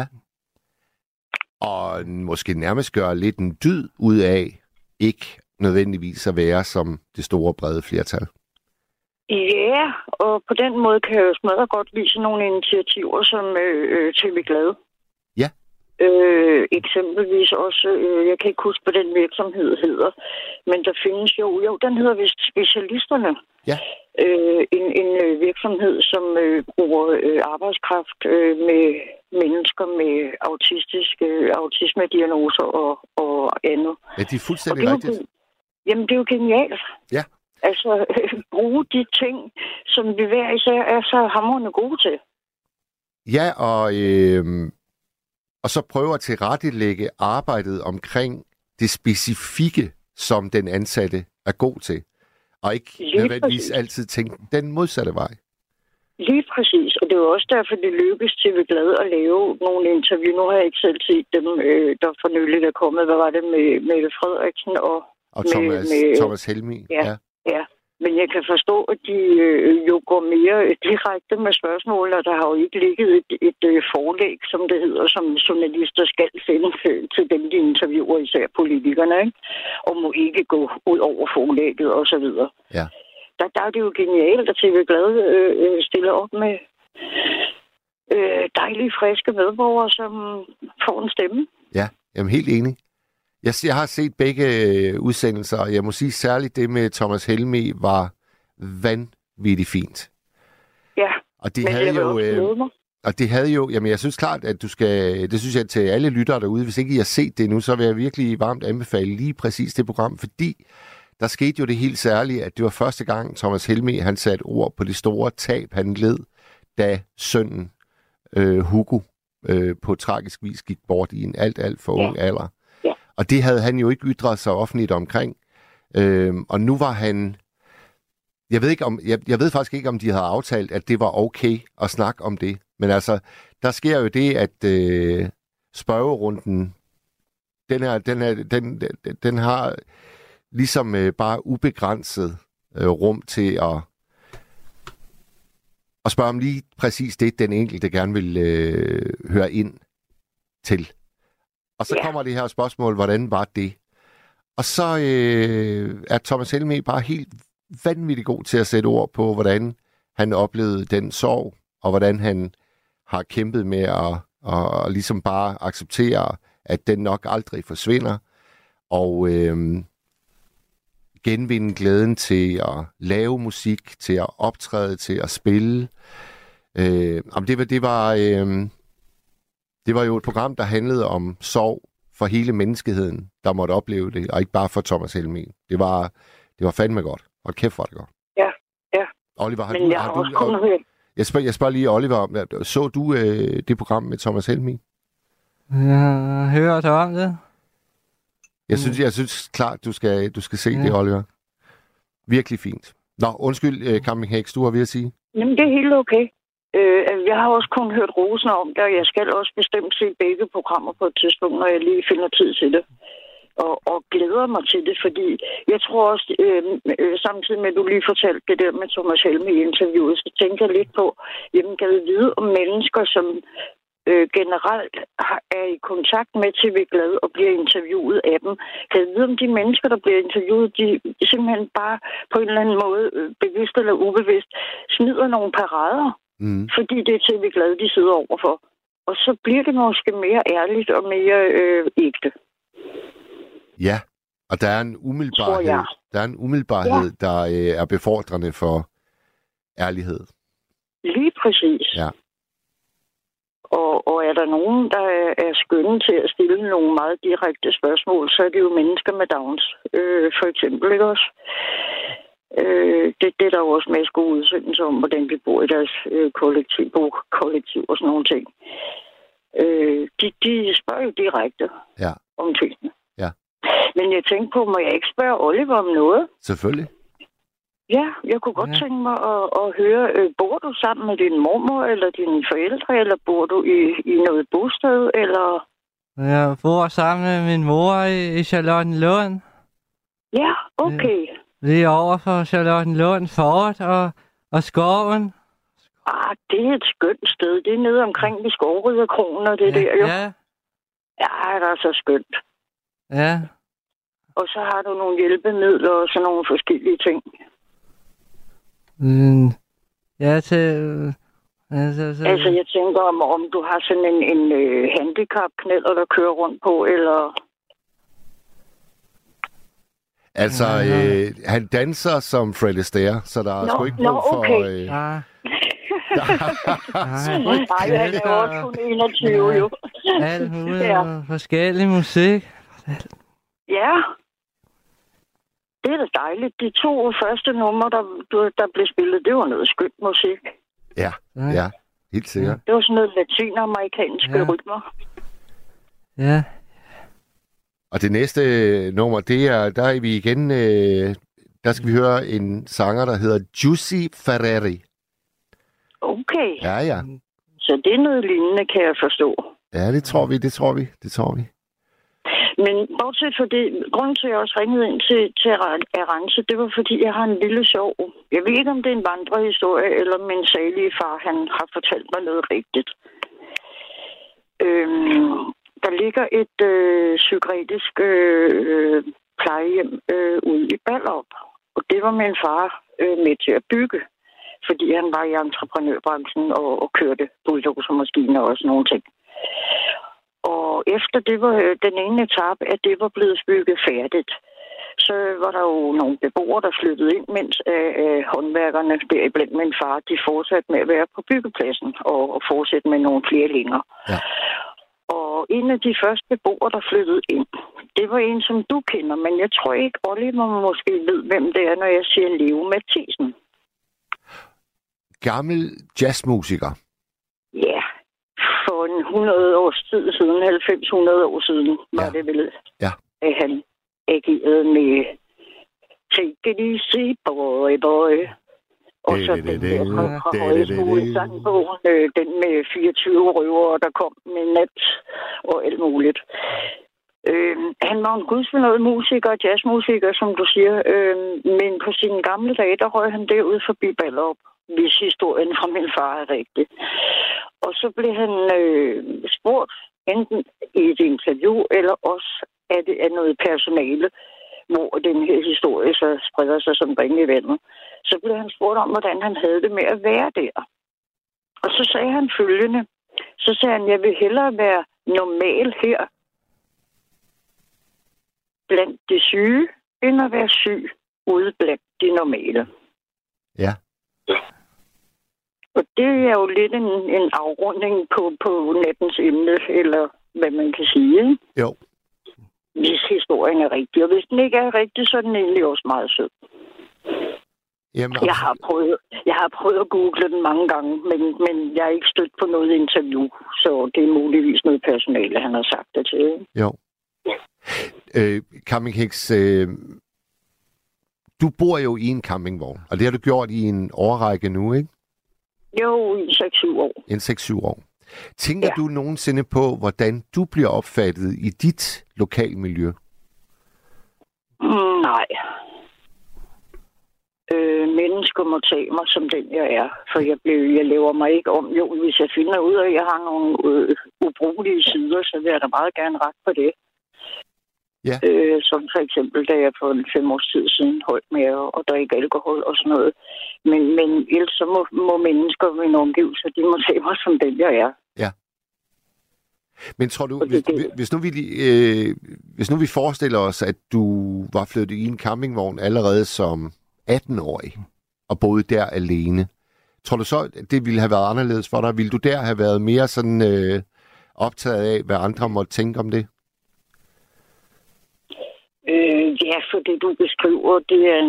Og måske nærmest gøre lidt en dyd ud af, ikke nødvendigvis at være som det store, brede flertal. Ja, og på den måde kan jeg jo smadre godt lide sådan nogle initiativer, som TV Glade. Ja. Eksempelvis også, jeg kan ikke huske, hvad den virksomhed hedder, men der findes jo den hedder vist Specialisterne. Ja. En virksomhed, som bruger arbejdskraft med mennesker med autisme-diagnoser og andet. Ja, det er fuldstændig rigtigt. Jamen, det er jo genialt. Ja. Altså, bruge de ting, som vi hver især er så hamrende gode til. Ja, og så prøve at tilrettelægge arbejdet omkring det specifikke, som den ansatte er god til. Og ikke nødvendigvis altid tænke den modsatte vej. Lige præcis, og det er jo også derfor, det lykkes til ved Glad at lave nogle interview. Nu har jeg ikke selv set dem, der for nyligt er kommet. Hvad var det med Mette Frederiksen og Thomas Helmig? Ja. Men jeg kan forstå, at de jo går mere direkte med spørgsmål, og der har jo ikke ligget et forlæg, som det hedder, som journalister skal finde til dem, de interviewer, især politikerne, ikke? Og må ikke gå ud over forlægget og så videre. Ja. Der er det jo genialt, at TV Glad stiller op med dejlige, friske medborgere, som får en stemme. Ja, jamen helt enig. Jeg har set begge udsendelser, og jeg må sige særligt det med Thomas Helmig var vanvittigt fint. Ja, og det havde jo, jamen jeg synes klart, at du skal, det synes jeg til alle lyttere derude, hvis ikke I har set det nu, så vil jeg virkelig varmt anbefale lige præcis det program, fordi der skete jo det helt særlige, at det var første gang Thomas Helmig, han satte ord på det store tab, han led, da sønnen Hugo på tragisk vis gik bort i en alt for ung alder. Og det havde han jo ikke ytret sig offentligt omkring. Og nu var han... Jeg ved faktisk ikke, om de havde aftalt, at det var okay at snakke om det. Men altså, der sker jo det, at spørgerunden, den har ligesom bare ubegrænset rum til at spørge om lige præcis det, den enkelte gerne vil høre ind til. Og så kommer det her spørgsmål, hvordan var det? Og så er Thomas Helmig bare helt vanvittigt god til at sætte ord på, hvordan han oplevede den sorg, og hvordan han har kæmpet med at ligesom bare acceptere, at den nok aldrig forsvinder, og genvinde glæden til at lave musik, til at optræde, til at spille. Det var jo et program, der handlede om sorg for hele menneskeheden, der måtte opleve det, og ikke bare for Thomas Helmig. Det var fandme godt. Og kæft, hvor det godt. Ja. Oliver, jeg spørger lige Oliver, så du det program med Thomas Helmig? Jeg har hørt om det. Jeg synes klart, du skal se det, Oliver. Virkelig fint. Nå, undskyld, Camping Heks, du har ved at sige. Jamen, det er helt okay. Jeg har også kun hørt rosen om det, og jeg skal også bestemt se begge programmer på et tidspunkt, når jeg lige finder tid til det. Og glæder mig til det, fordi jeg tror også, samtidig med, at du lige fortalte det der med Thomas Helmig i interviewet, så tænker jeg lidt på, jamen, kan vi vide om mennesker, som generelt er i kontakt med TV Glad og bliver interviewet af dem. Kan vi vide om de mennesker, der bliver interviewet, de simpelthen bare på en eller anden måde, bevidst eller ubevidst, smider nogle parader, fordi det er TV Glad, de sidder overfor. Og så bliver det måske mere ærligt og mere ægte. Ja, og der er en umiddelbarhed, der er befordrende for ærlighed. Lige præcis. Ja. Og er der nogen, der er skønne til at stille nogle meget direkte spørgsmål, så er det jo mennesker med Downs, for eksempel, ikke også? Det er der jo også med gode udsendelser om, hvordan de bor i deres kollektiv og sådan nogle ting. De spørger jo direkte om tingene. Ja. Men jeg tænkte på, må jeg ikke spørge Oliver om noget? Selvfølgelig. Ja, jeg kunne godt tænke mig at høre, bor du sammen med din mormor eller dine forældre, eller bor du i noget bosted, eller? Jeg bor sammen med min mor i Charlottenlund. Ja, okay. Lige over for Charlottenlund Fort og skoven. Det er et skønt sted. Det er nede omkring ved Skovriderkronen og det der jo. Ja. Ja, det er så skønt. Ja. Og så har du nogle hjælpemidler og sådan nogle forskellige ting. Ja, Altså, jeg tænker om du har sådan en handicap-knæller, der kører rundt på, eller? Altså, han danser som Fred Astaire, så der er sgu ikke brug for... Okay. Nej, han er også kun 21, jo. Alt muligt forskellig musik. Ja. Det er da dejligt. De 2 første numre, der blev spillet, det var noget skønt musik. Ja, helt sikkert. Det var sådan noget latinamerikanske rytmer. Ja. Og det næste nummer, der er vi igen, der skal vi høre en sanger, der hedder Jussi Ferreri. Okay. Ja. Så det er noget lignende, kan jeg forstå. Ja, det tror vi. Men bortset for det, grunden til, at jeg også ringede ind til Arance, det var, fordi jeg har en lille sjov. Jeg ved ikke, om det er en vandrehistorie, eller min salige far, han har fortalt mig noget rigtigt. Der ligger et psykiatrisk plejehjem ude i Ballerup, og det var min far med til at bygge, fordi han var i entreprenørbranchen og kørte bulldozer-maskiner og sådan nogle ting. Og efter det var den ene etape, at det var blevet bygget færdigt, så var der jo nogle beboere, der flyttede ind, mens håndværkerne, deriblandt min far, de fortsatte med at være på byggepladsen og fortsætte med nogle flere længere. Ja. Og en af de første beboere, der flyttede ind, det var en, som du kender, men jeg tror ikke, Oliver måske ved, hvem det er, når jeg siger Leo Mathisen. Gammel jazzmusiker. Ja, for 100 års tid siden, 90-100 år siden, var det vel, at han agerede med Take it easy, boy, boy. Og så den der fra højskolesangbogen, den med 24 røvere, der kom med nat og alt muligt. Han var en gudsbenådet musiker og jazzmusiker, som du siger, men på sine gamle dage, der røg han derud forbi Ballerup, hvis historien fra min far er rigtig. Og så blev han spurgt, enten i et interview, eller også af noget personale, hvor den her historie så spreder sig som ringe i vandet. Så blev han spurgt om, hvordan han havde det med at være der. Og så sagde han følgende. Så sagde han, jeg vil hellere være normal her blandt de syge, end at være syg ude blandt de normale. Ja. Og det er jo lidt en afrunding på nattens emne, eller hvad man kan sige, ikke? Jo. Hvis historien er rigtig, og hvis den ikke er rigtig, så er den egentlig også meget sød. Jamen, jeg har prøvet at google den mange gange, men jeg er ikke stødt på noget interview, så det er muligvis noget personale, han har sagt det til. Ikke? Jo. Campingheks, du bor jo i en campingvogn, og det har du gjort i en årrække nu, ikke? Jo, i 6-7 år. En 6-7 år. Tænker du nogensinde på, hvordan du bliver opfattet i dit lokalmiljø? Nej. Mennesker må tage mig som den, jeg er. For jeg lever mig ikke om. Jo, hvis jeg finder ud af, at jeg har nogle ubrugelige sider, så vil jeg da meget gerne rette på det. Ja. Som for eksempel, da jeg for 5 års tid siden holdt med at drikke alkohol og sådan noget. Men ellers så må mennesker ved nogle omgivelser, de må tage mig som den, jeg er. Ja. Men tror du, hvis nu vi forestiller os, at du var flyttet i en campingvogn allerede som 18-årig og boede der alene, tror du så, at det ville have været anderledes for dig? Ville du der have været mere sådan optaget af, hvad andre måtte tænke om det? Ja, for det du beskriver,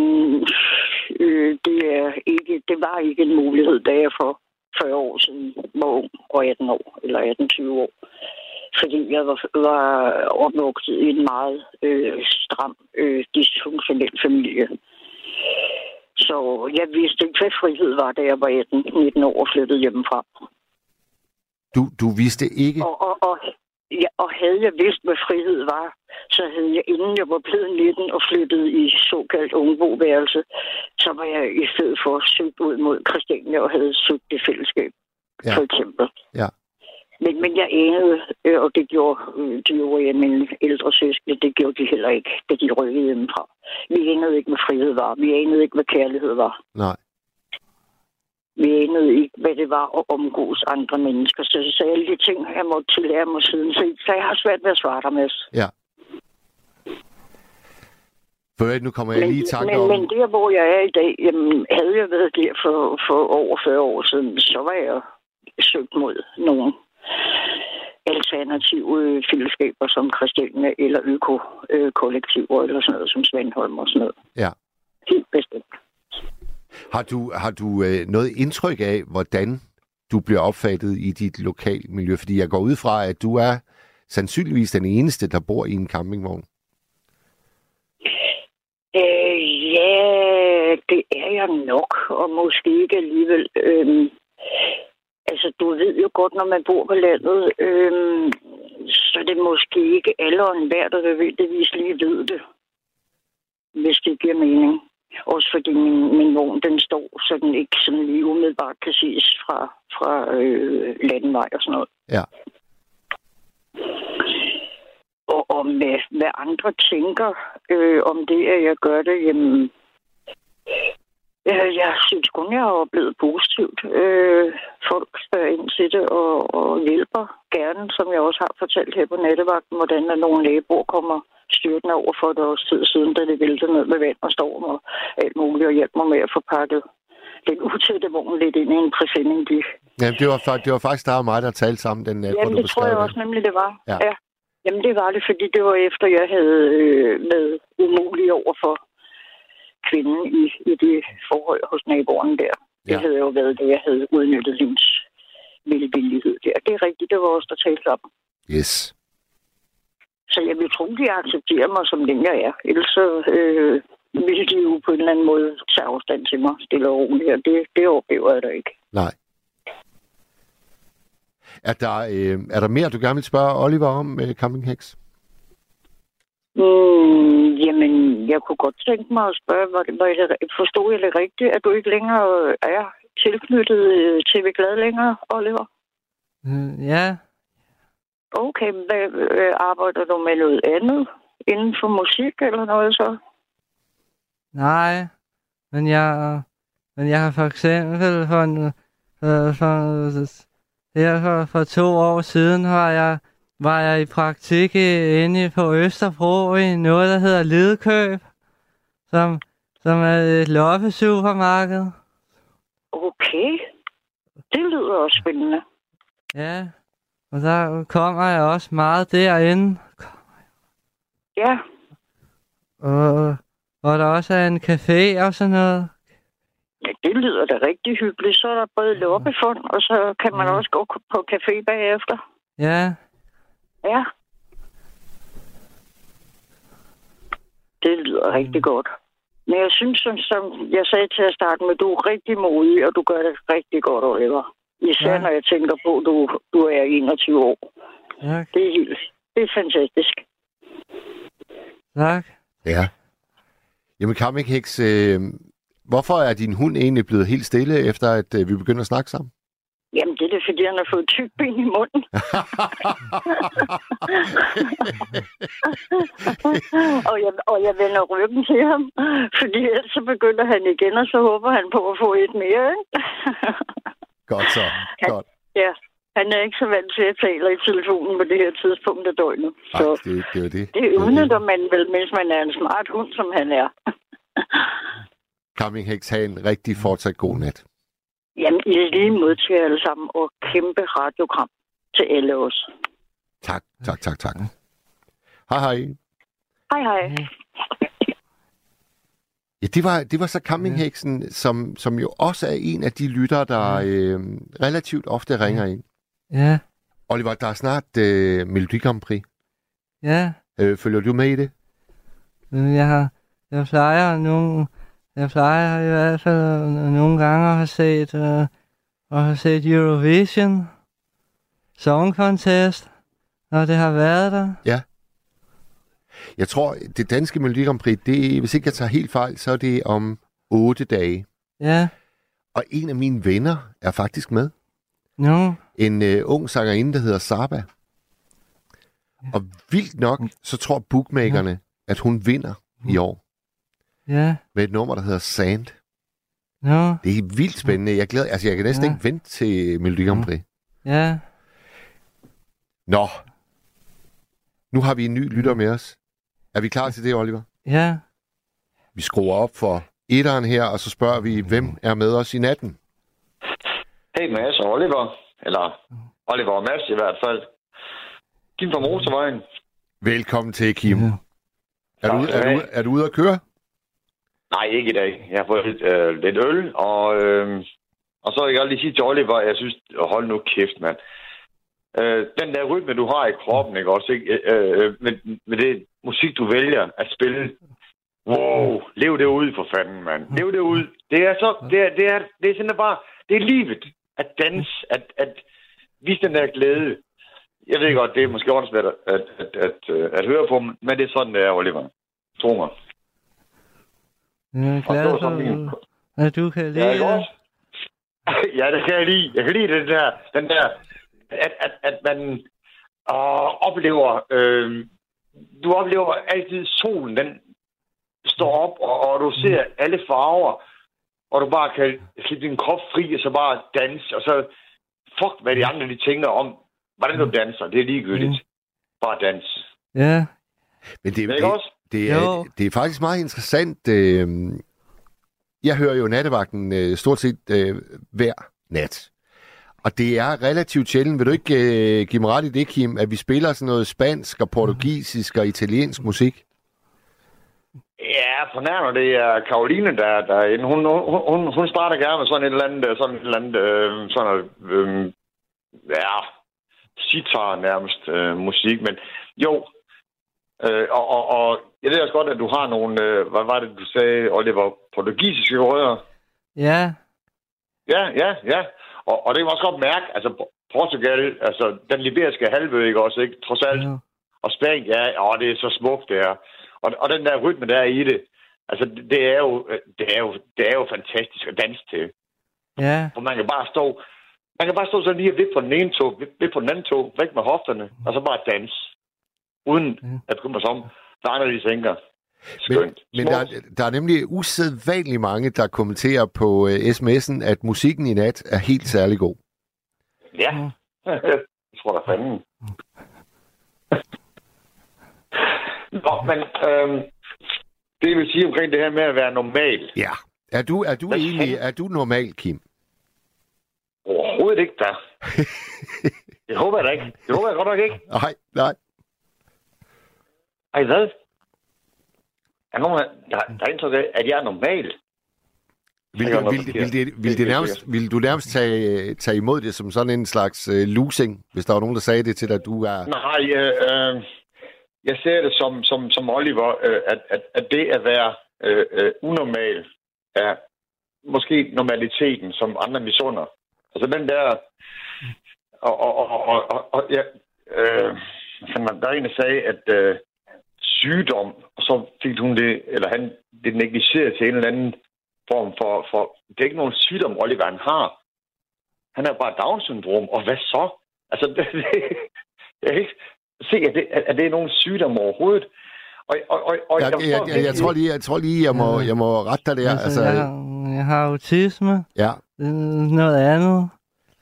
det var ikke en mulighed, da jeg for 40 år siden var ung og 18 år, eller 18-20 år. Fordi jeg var opvokset i en meget stram, dysfunktionel familie. Så jeg vidste ikke, hvad frihed var, da jeg var 18-19 år og flyttede hjemmefra. Du vidste ikke? Og havde jeg vidst, hvad frihed var, så havde jeg, inden jeg var blevet 19 og flyttet i såkaldt ungeboværelse, så var jeg i stedet for søgt ud mod Christiania og havde søgt det fællesskab, for eksempel. Ja. Men jeg anede, og det gjorde de øvrige mine ældre søskende, det gjorde de heller ikke, da de rykkede hjemmefra. Vi anede ikke, hvad frihed var. Vi anede ikke, hvad kærlighed var. Nej. Vi anede ikke, hvad det var at omgås andre mennesker. Så alle de ting, jeg måtte tillære mig siden, så jeg har svært ved at svare dig, Mads. Ja. For nu kommer jeg lige i tanke om... Men der, hvor jeg er i dag, jamen, havde jeg været der for over 40 år siden, så var jeg søgt mod nogle alternative fællesskaber som Christiania eller øko-kollektiver eller sådan noget som Svendholm og sådan noget. Ja. Helt bestemt. Har du noget indtryk af, hvordan du bliver opfattet i dit lokalmiljø? Fordi jeg går ud fra, at du er sandsynligvis den eneste, der bor i en campingvogn. Ja, det er jeg nok, og måske ikke alligevel. Altså, du ved jo godt, når man bor på landet, så er det måske ikke alle og enhver, der nødvendigvis lige ved det, hvis det giver mening. Også fordi min vogn, den står, så den ikke sådan lige umiddelbart kan ses fra landevej og sådan noget. Ja. Og med hvad andre tænker om det, at jeg gør det, jamen... Jeg synes kun, jeg har oplevet positivt. Folk spørger ind til det og hjælper gerne, som jeg også har fortalt her på nattevagten, hvordan nogle naboer kommer styrtende over for et års tid siden, da det vælter ned med vand og storm og alt muligt, og hjælper mig med at få pakket den utætte vogn lidt ind i en præsending. Jamen, det var faktisk der og mig, der talte sammen den nat, jamen, det tror jeg også nemlig, det var. Ja. Ja. Jamen, det var det, fordi det var efter, jeg havde været umulig over for kvinden i det forhold hos naboerne der. Ja. Det havde jo været det, jeg havde udnyttet hendes velvillighed der. Det er rigtigt, det var også der talte om. Yes. Så jeg vil tro, de accepterer mig som den, jeg er. Ellers så vil de jo på en eller anden måde tage afstand til mig, stille og roligt, og det oplever jeg da ikke. Nej. Er der mere, du gerne vil spørge Oliver om, Campingheks? Jamen, jeg kunne godt tænke mig at spørge, forstod jeg det rigtigt, at du ikke længere er tilknyttet TV Glad længere, Oliver? Ja. Okay, arbejder du med noget andet inden for musik eller noget så? Nej, men jeg har for eksempel for 2 år siden var jeg i praktik inde på Østerbro i noget, der hedder Lidkøb, som er et loppesupermarked. Okay. Det lyder også spændende. Ja, og der kommer jeg også meget derinde. Ja. Og hvor der også er en café og sådan noget. Ja, det lyder da rigtig hyggeligt. Så er der både loppefond, og så kan man også gå på café bagefter. Ja. Ja. Det lyder rigtig godt. Men jeg synes, som jeg sagde til at starte med, du er rigtig modig, og du gør det rigtig godt, Oliver. Især når jeg tænker på, at du er 21 år. Tak. Det er fantastisk. Tak. Ja. Jamen, Campingheks, hvorfor er din hund egentlig blevet helt stille, efter at vi begynder at snakke sammen? Jamen, det er det, fordi han har fået tykben i munden. og jeg vender ryggen til ham, fordi ellers så begynder han igen, og så håber han på at få et mere, ikke? Godt så. Godt. Ja, han er ikke så vant til at tale i telefonen på det her tidspunkt af døgnet. Så det er det. Det udnytter man vel, mens man er en smart hund, som han er. Campingheks, have en rigtig fortsat god nat. Jamen, i lige måde til jer alle sammen, og kæmpe radiogram til alle os. Tak. Hej. Hej. Ja, det var så Campingheksen, som jo også er en af de lyttere, der relativt ofte ringer ind. Ja. Oliver, der er snart Melodi Grand Prix. Ja. Følger du med i det? Jeg plejer i hvert fald nogle gange at have set Eurovision Song Contest, når det har været der. Ja. Jeg tror, det danske Melodi Grand Prix, hvis ikke jeg tager helt fejl, så er det om 8 dage. Ja. Og en af mine venner er faktisk med. No. En ung sangerinde, der hedder Saba. Ja. Og vildt nok, så tror bookmakerne, at hun vinder i år. Ja. Med et nummer, der hedder Sand. No. Det er vildt spændende. Jeg kan næsten ikke vente til Melodi Grand Prix. Ja. Nå. Nu har vi en ny lytter med os. Er vi klar til det, Oliver? Ja. Vi skruer op for etteren her, og så spørger vi, hvem er med os i natten? Hey Mads og Oliver. Eller Oliver og Mads i hvert fald. Kim fra Motorvejen. Velkommen til, Kim. Ja. Er du ude at køre? Nej, ikke i dag. Jeg har fået lidt øl, og så vil jeg lige sige til Oliver, jeg synes, hold nu kæft, mand. Den der rytme, du har i kroppen, ikke også, ikke? Med det musik, du vælger at spille. Wow, lev det ud for fanden, mand. Lev det ud. Det er sådan bare, det er livet. At danse, at vise den der glæde. Jeg ved godt, det er måske åndssvært at høre på, men det er sådan, det er, Oliver. Tro mig. Jeg er glad for, at du kan lide det. Ja, det kan jeg lide. Jeg kan lide den der at man oplever... du oplever altid solen, den står op, og du ser alle farver, og du bare kan slippe din krop fri, og så bare danse, og så fuck, hvad de andre de tænker om, hvordan du danser. Det er ligegyldigt. Bare dans. Ja. Men det er faktisk meget interessant. Jeg hører jo nattevagten stort set hver nat. Og det er relativt sjældent. Vil du ikke give mig ret i det, Kim, at vi spiller sådan noget spansk og portugisisk og italiensk musik? Ja, for nærmere det er Karoline, der er inde. Hun starter gerne med sådan et eller andet sitar nærmest musik. Men jo, og jeg ved også godt, at du har nogle, hvad var det, du sagde, Oliver, portugisiske rødder? Ja. Ja. Og det kan man også godt mærke, altså Portugal, altså den liberiske halvø, ikke også, ikke? Trods alt. Ja. Og Spanien, ja, det er så smukt, det er. Og den der rytme, der er i det, altså det er jo fantastisk at danse til. Ja. For man kan bare stå sådan lige og vippe på den ene tog, vippe på den anden tog, væk med hofterne, og så bare danse. Uden at komme sig om, der andre de tænker. skønt. Men der er nemlig usædvanligt mange, der kommenterer på sms'en, at musikken i nat er helt særlig god. Ja, jeg tror da fanden. Nå, men det vil sige omkring det her med at være normal. Ja. Er du normal, Kim? Overhovedet ikke, da. Det håber jeg da ikke. Det håber jeg godt nok ikke. Nej. Ej, hvad? Er nogen, der er indtryk af, at jeg er normal? Vil du nærmest tage imod det som sådan en slags losing, hvis der var nogen, der sagde det til dig, at du er... Nej, jeg ser det som Oliver, at det at være unormal er måske normaliteten, som andre misunder. Altså den der... Ja, der er en, der sagde, at sygdom, og så fik hun det, eller han det negligerede til en eller anden form for det er ikke nogen sygdom, Oliver han har. Han er bare Down-syndrom, og hvad så? Altså, jeg kan ikke se, at det er nogen sygdom overhovedet. Jeg tror lige, jeg må rette dig der. Altså, jeg har autisme. Ja. Noget andet.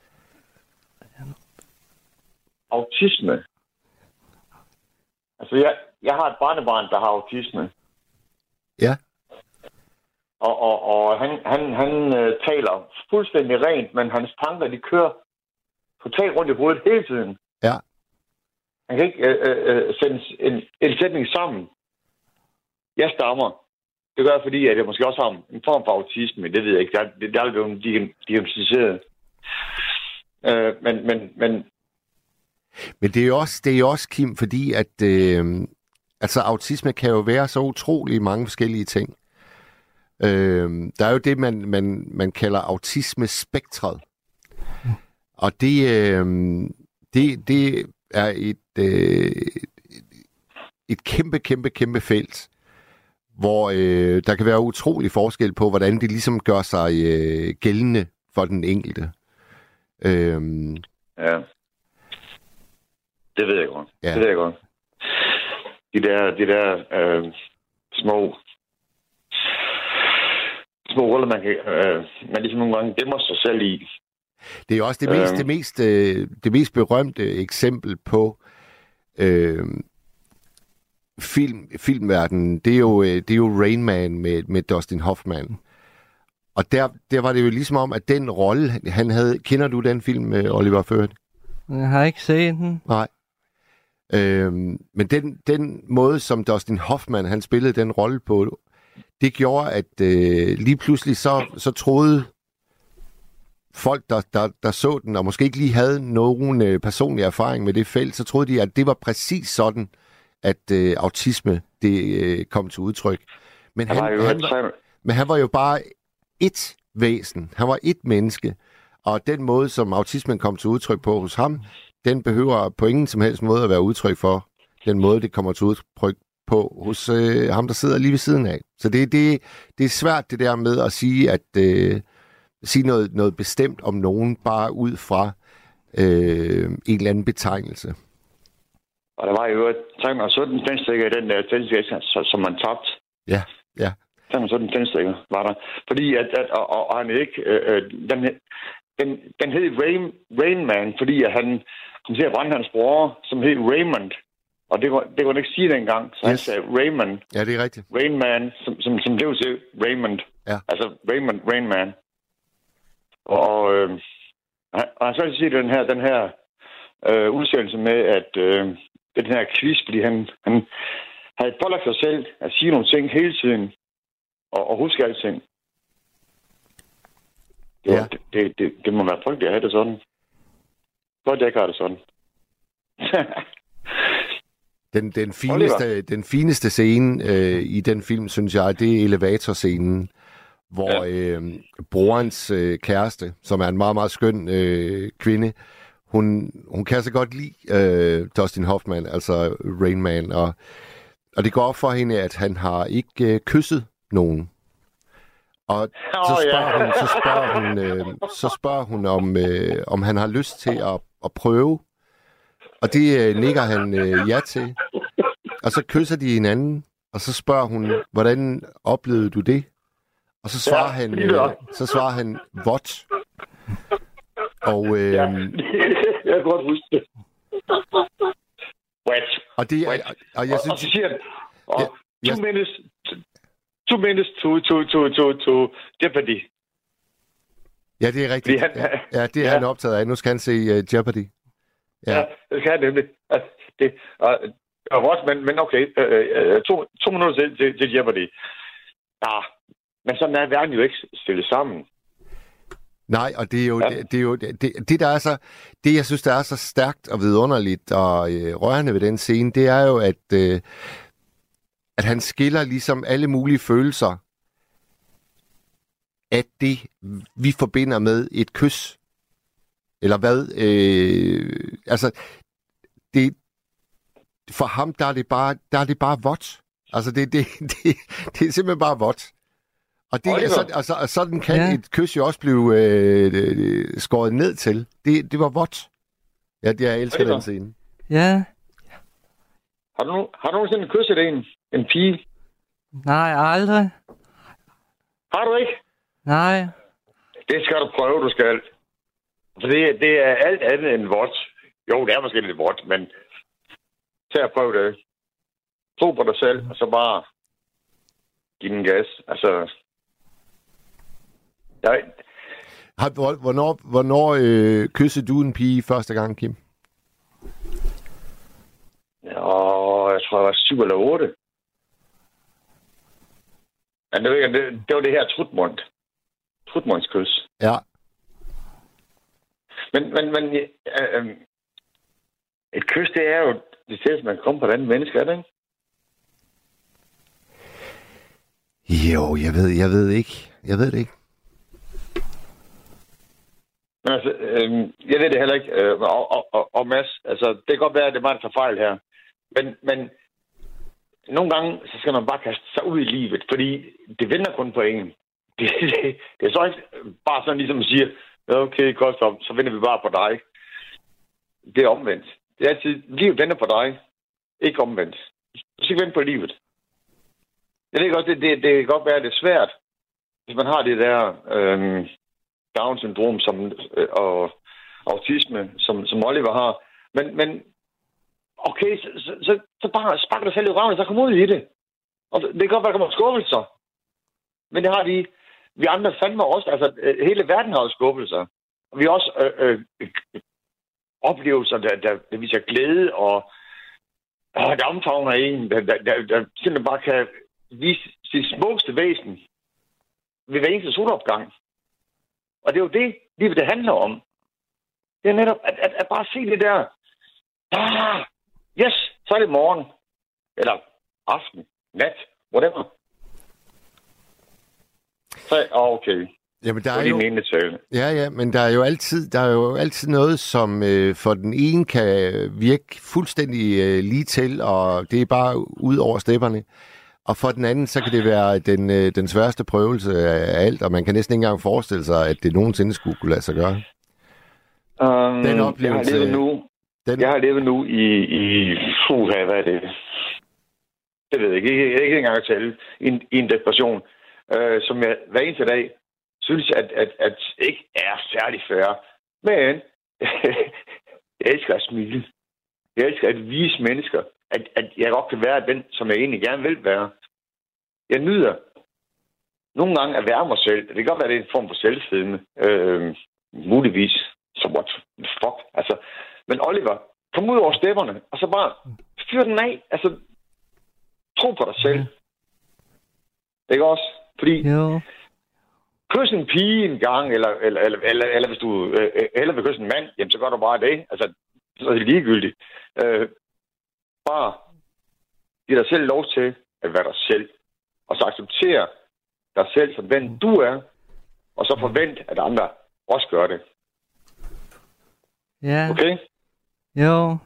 Autisme? Altså, jeg har et barnebarn, der har autisme. Ja. Og han taler fuldstændig rent, men hans tanker, de kører totalt rundt i hovedet hele tiden. Ja. Han kan ikke sætte en sætning sammen. Jeg stammer. Det gør jeg, fordi at jeg måske også har en form for autisme. Det ved jeg ikke. Det er blevet diagnosticeret. Men det er jo også, Kim, fordi at altså autisme kan jo være så utrolig mange forskellige ting. Der er jo det, man kalder autismespektret. Og det er et kæmpe felt, hvor der kan være utrolig forskel på, hvordan det ligesom gør sig gældende for den enkelte. Ja. Det ved jeg godt. Ja. Det ved jeg godt. De der små roller, man ligesom nogle gange gemmer sig selv i. Det er jo også det mest berømte eksempel på filmverdenen. Det er jo Rain Man med Dustin Hoffman. Og der var det jo ligesom om, at den rolle, han havde... Kender du den film, Oliver Ført? Jeg har ikke set den. Nej. Men den måde, som Dustin Hoffman, han spillede den rolle på, det gjorde, at lige pludselig så troede folk, der så den, og måske ikke lige havde nogen personlig erfaring med det felt, så troede de, at det var præcis sådan, at autisme det kom til udtryk. Men han var jo bare ét væsen. Han var ét menneske. Og den måde, som autismen kom til udtryk på hos ham, den behøver på ingen som helst måde at være udtryk for den måde, det kommer til udtryk på hos ham, der sidder lige ved siden af. Så det er svært det der med at sige, at sige noget bestemt om nogen, bare ud fra en eller anden betegnelse. Og der var jo 317 tændstikker i den der tændstikker, som man tabte. Ja. 317 tændstikker var der. Fordi og han ikke... Den hed Rain Man, fordi at han kom til at brænde hans bror, som hed Raymond. Og det kunne han ikke sige dengang, så han sagde Raymond. Ja, det er rigtigt. Rain Man, som blev til Raymond. Ja. Altså Rain Man. Og han så sige den her udsendelse med, at den her quiz, fordi han havde pålagt sig selv at sige nogle ting hele tiden, og huske alting. Det må være frygteligt at have det sådan. Godt, jeg ikke har det sådan. Den fineste scene i den film, synes jeg, det er elevatorscenen, hvor brorens kæreste, som er en meget, meget skøn kvinde, hun kan så godt lide Dustin Hoffman, altså Rain Man, og det går op for hende, at han har ikke kysset nogen. Og så spørger hun om han har lyst til at prøve. Og det nikker han ja til. Og så kysser de hinanden. Og så spørger hun, hvordan oplevede du det? Og så svarer han, what? Og, jeg kan godt huske det. What? Og det og jeg synes, og så siger han, 2 minutes to Jeopardy. Ja, det er rigtigt. Det er han optaget af. Nu skal han se Jeopardy. Ja, det skal han nemlig. Men okay. 2 minutter til Jeopardy. Ja, men sådan er verden jo ikke stillet sammen. Nej, og det er jo det der er så, det jeg synes der er så stærkt og vidunderligt og rørende ved den scene, det er jo at han skiller ligesom alle mulige følelser at det vi forbinder med et kys. Eller hvad? Altså det for ham der er det bare vådt. Altså det er simpelthen bare vådt. Og sådan kan et kys jo også blive skåret ned til. Det var vådt. Ja, jeg elsker den scene. Ja. Har du nogensinde kysset en pige? Nej, aldrig. Har du ikke? Nej. Det skal du prøve, du skal. For det er alt andet end vådt. Jo, det er måske lidt vådt, men tag at prøve det. Tro på dig selv, og så bare give den gas. Altså... Hvornår kyssede du en pige første gang, Kim? Ja, jeg tror, jeg var 7 eller 8. Men det var det her Trutmundskys. Ja. Men et kys, det er jo det tætteste, man kommer på et andet menneske, er det ikke? Jo, jeg ved ikke. Jeg ved det ikke. Men altså, jeg ved det heller ikke. Og Mads, altså, det kan godt være, at det er mig, der tager fejl her. Men nogle gange, så skal man bare kaste sig ud i livet, fordi det vender kun på en. Det er så ikke bare sådan, ligesom at sige, okay, godt, så vender vi bare på dig. Det er omvendt. Det er altid, livet vender på dig, ikke omvendt. Du skal ikke vente på livet. Jeg ved godt, det kan godt være, at det er svært, hvis man har det der Down-syndrom og autisme, som Oliver har. Men okay, så bare spark dig selv i røven, så kom ud i det. Og det kan godt være, at der kommer skuffelser. Men det har vi andre fandme også. Altså, hele verden har jo skuffelser. Og vi har også oplevelser, der viser glæde, og der omfavner en, der simpelthen bare kan vise sit smukkeste væsen ved hver eneste solopgang. Og det er jo det, livet det handler om. Det er netop at bare se det der. Yes, så er det morgen. Eller aften, nat, whatever. Så okay. Jamen, der er jo... Ja, men der er jo altid noget, som for den ene kan virke fuldstændig lige til, og det er bare ud over stepperne. Og for den anden, så kan det være den sværeste prøvelse af alt, og man kan næsten ikke engang forestille sig, at det nogensinde skulle kunne lade sig gøre. Den oplevelse... Jeg har levet nu i hvad er det? Det ved jeg ikke. Jeg ikke engang at tale. I en depression, som jeg hver eneste dag synes, at ikke er særlig fair. Men jeg elsker at smile. Jeg elsker at vise mennesker, at jeg godt kan være den, som jeg egentlig gerne vil være. Jeg nyder nogle gange at være mig selv. Det kan godt være, det er en form for selvfedme. Muligvis. Så what the fuck? Altså, men Oliver, kom ud over stepperne, og så bare fyr den af. Altså, tro på dig selv. Ikke også? Fordi kys en pige en gang, eller hvis du hellere vil kysse en mand, jamen så gør du bare det. Altså, så er det ligegyldigt. Bare giv dig selv lov til at være dig selv. Og så acceptere dig selv som den du er, og så forvent, at andre også gør det. Ja. Okay? Jo.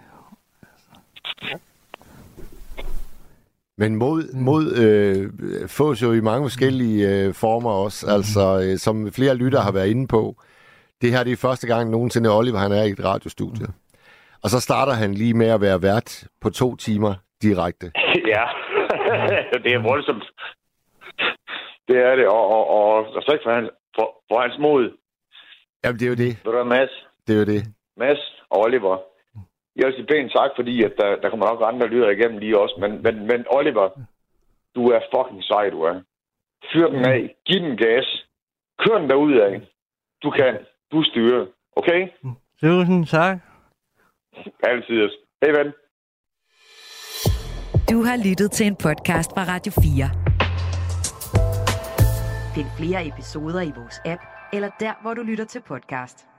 Men mod fås jo i mange forskellige former også. Altså, som flere lytter har været inde på. Det her det er første gang nogensinde Oliver, han er i et radiostudie. Og så starter han lige med at være vært på 2 timer direkte. Ja. Det er voldsomt. Det er det, og respekt for hans mod. Jamen, det er jo det. Ved du hvad, Mads? Det er jo det. Mads og Oliver. Jeg vil sige pænt tak, fordi at der kommer nok andre lyder igennem lige også. Men Oliver, du er fucking sej, du er. Fyr den af. Giv den gas. Kør den derudad. Du kan. Du styrer. Okay? Tusind tak. Altid. Hej, ven. Du har lyttet til en podcast fra Radio 4. Find flere episoder i vores app, eller der, hvor du lytter til podcast.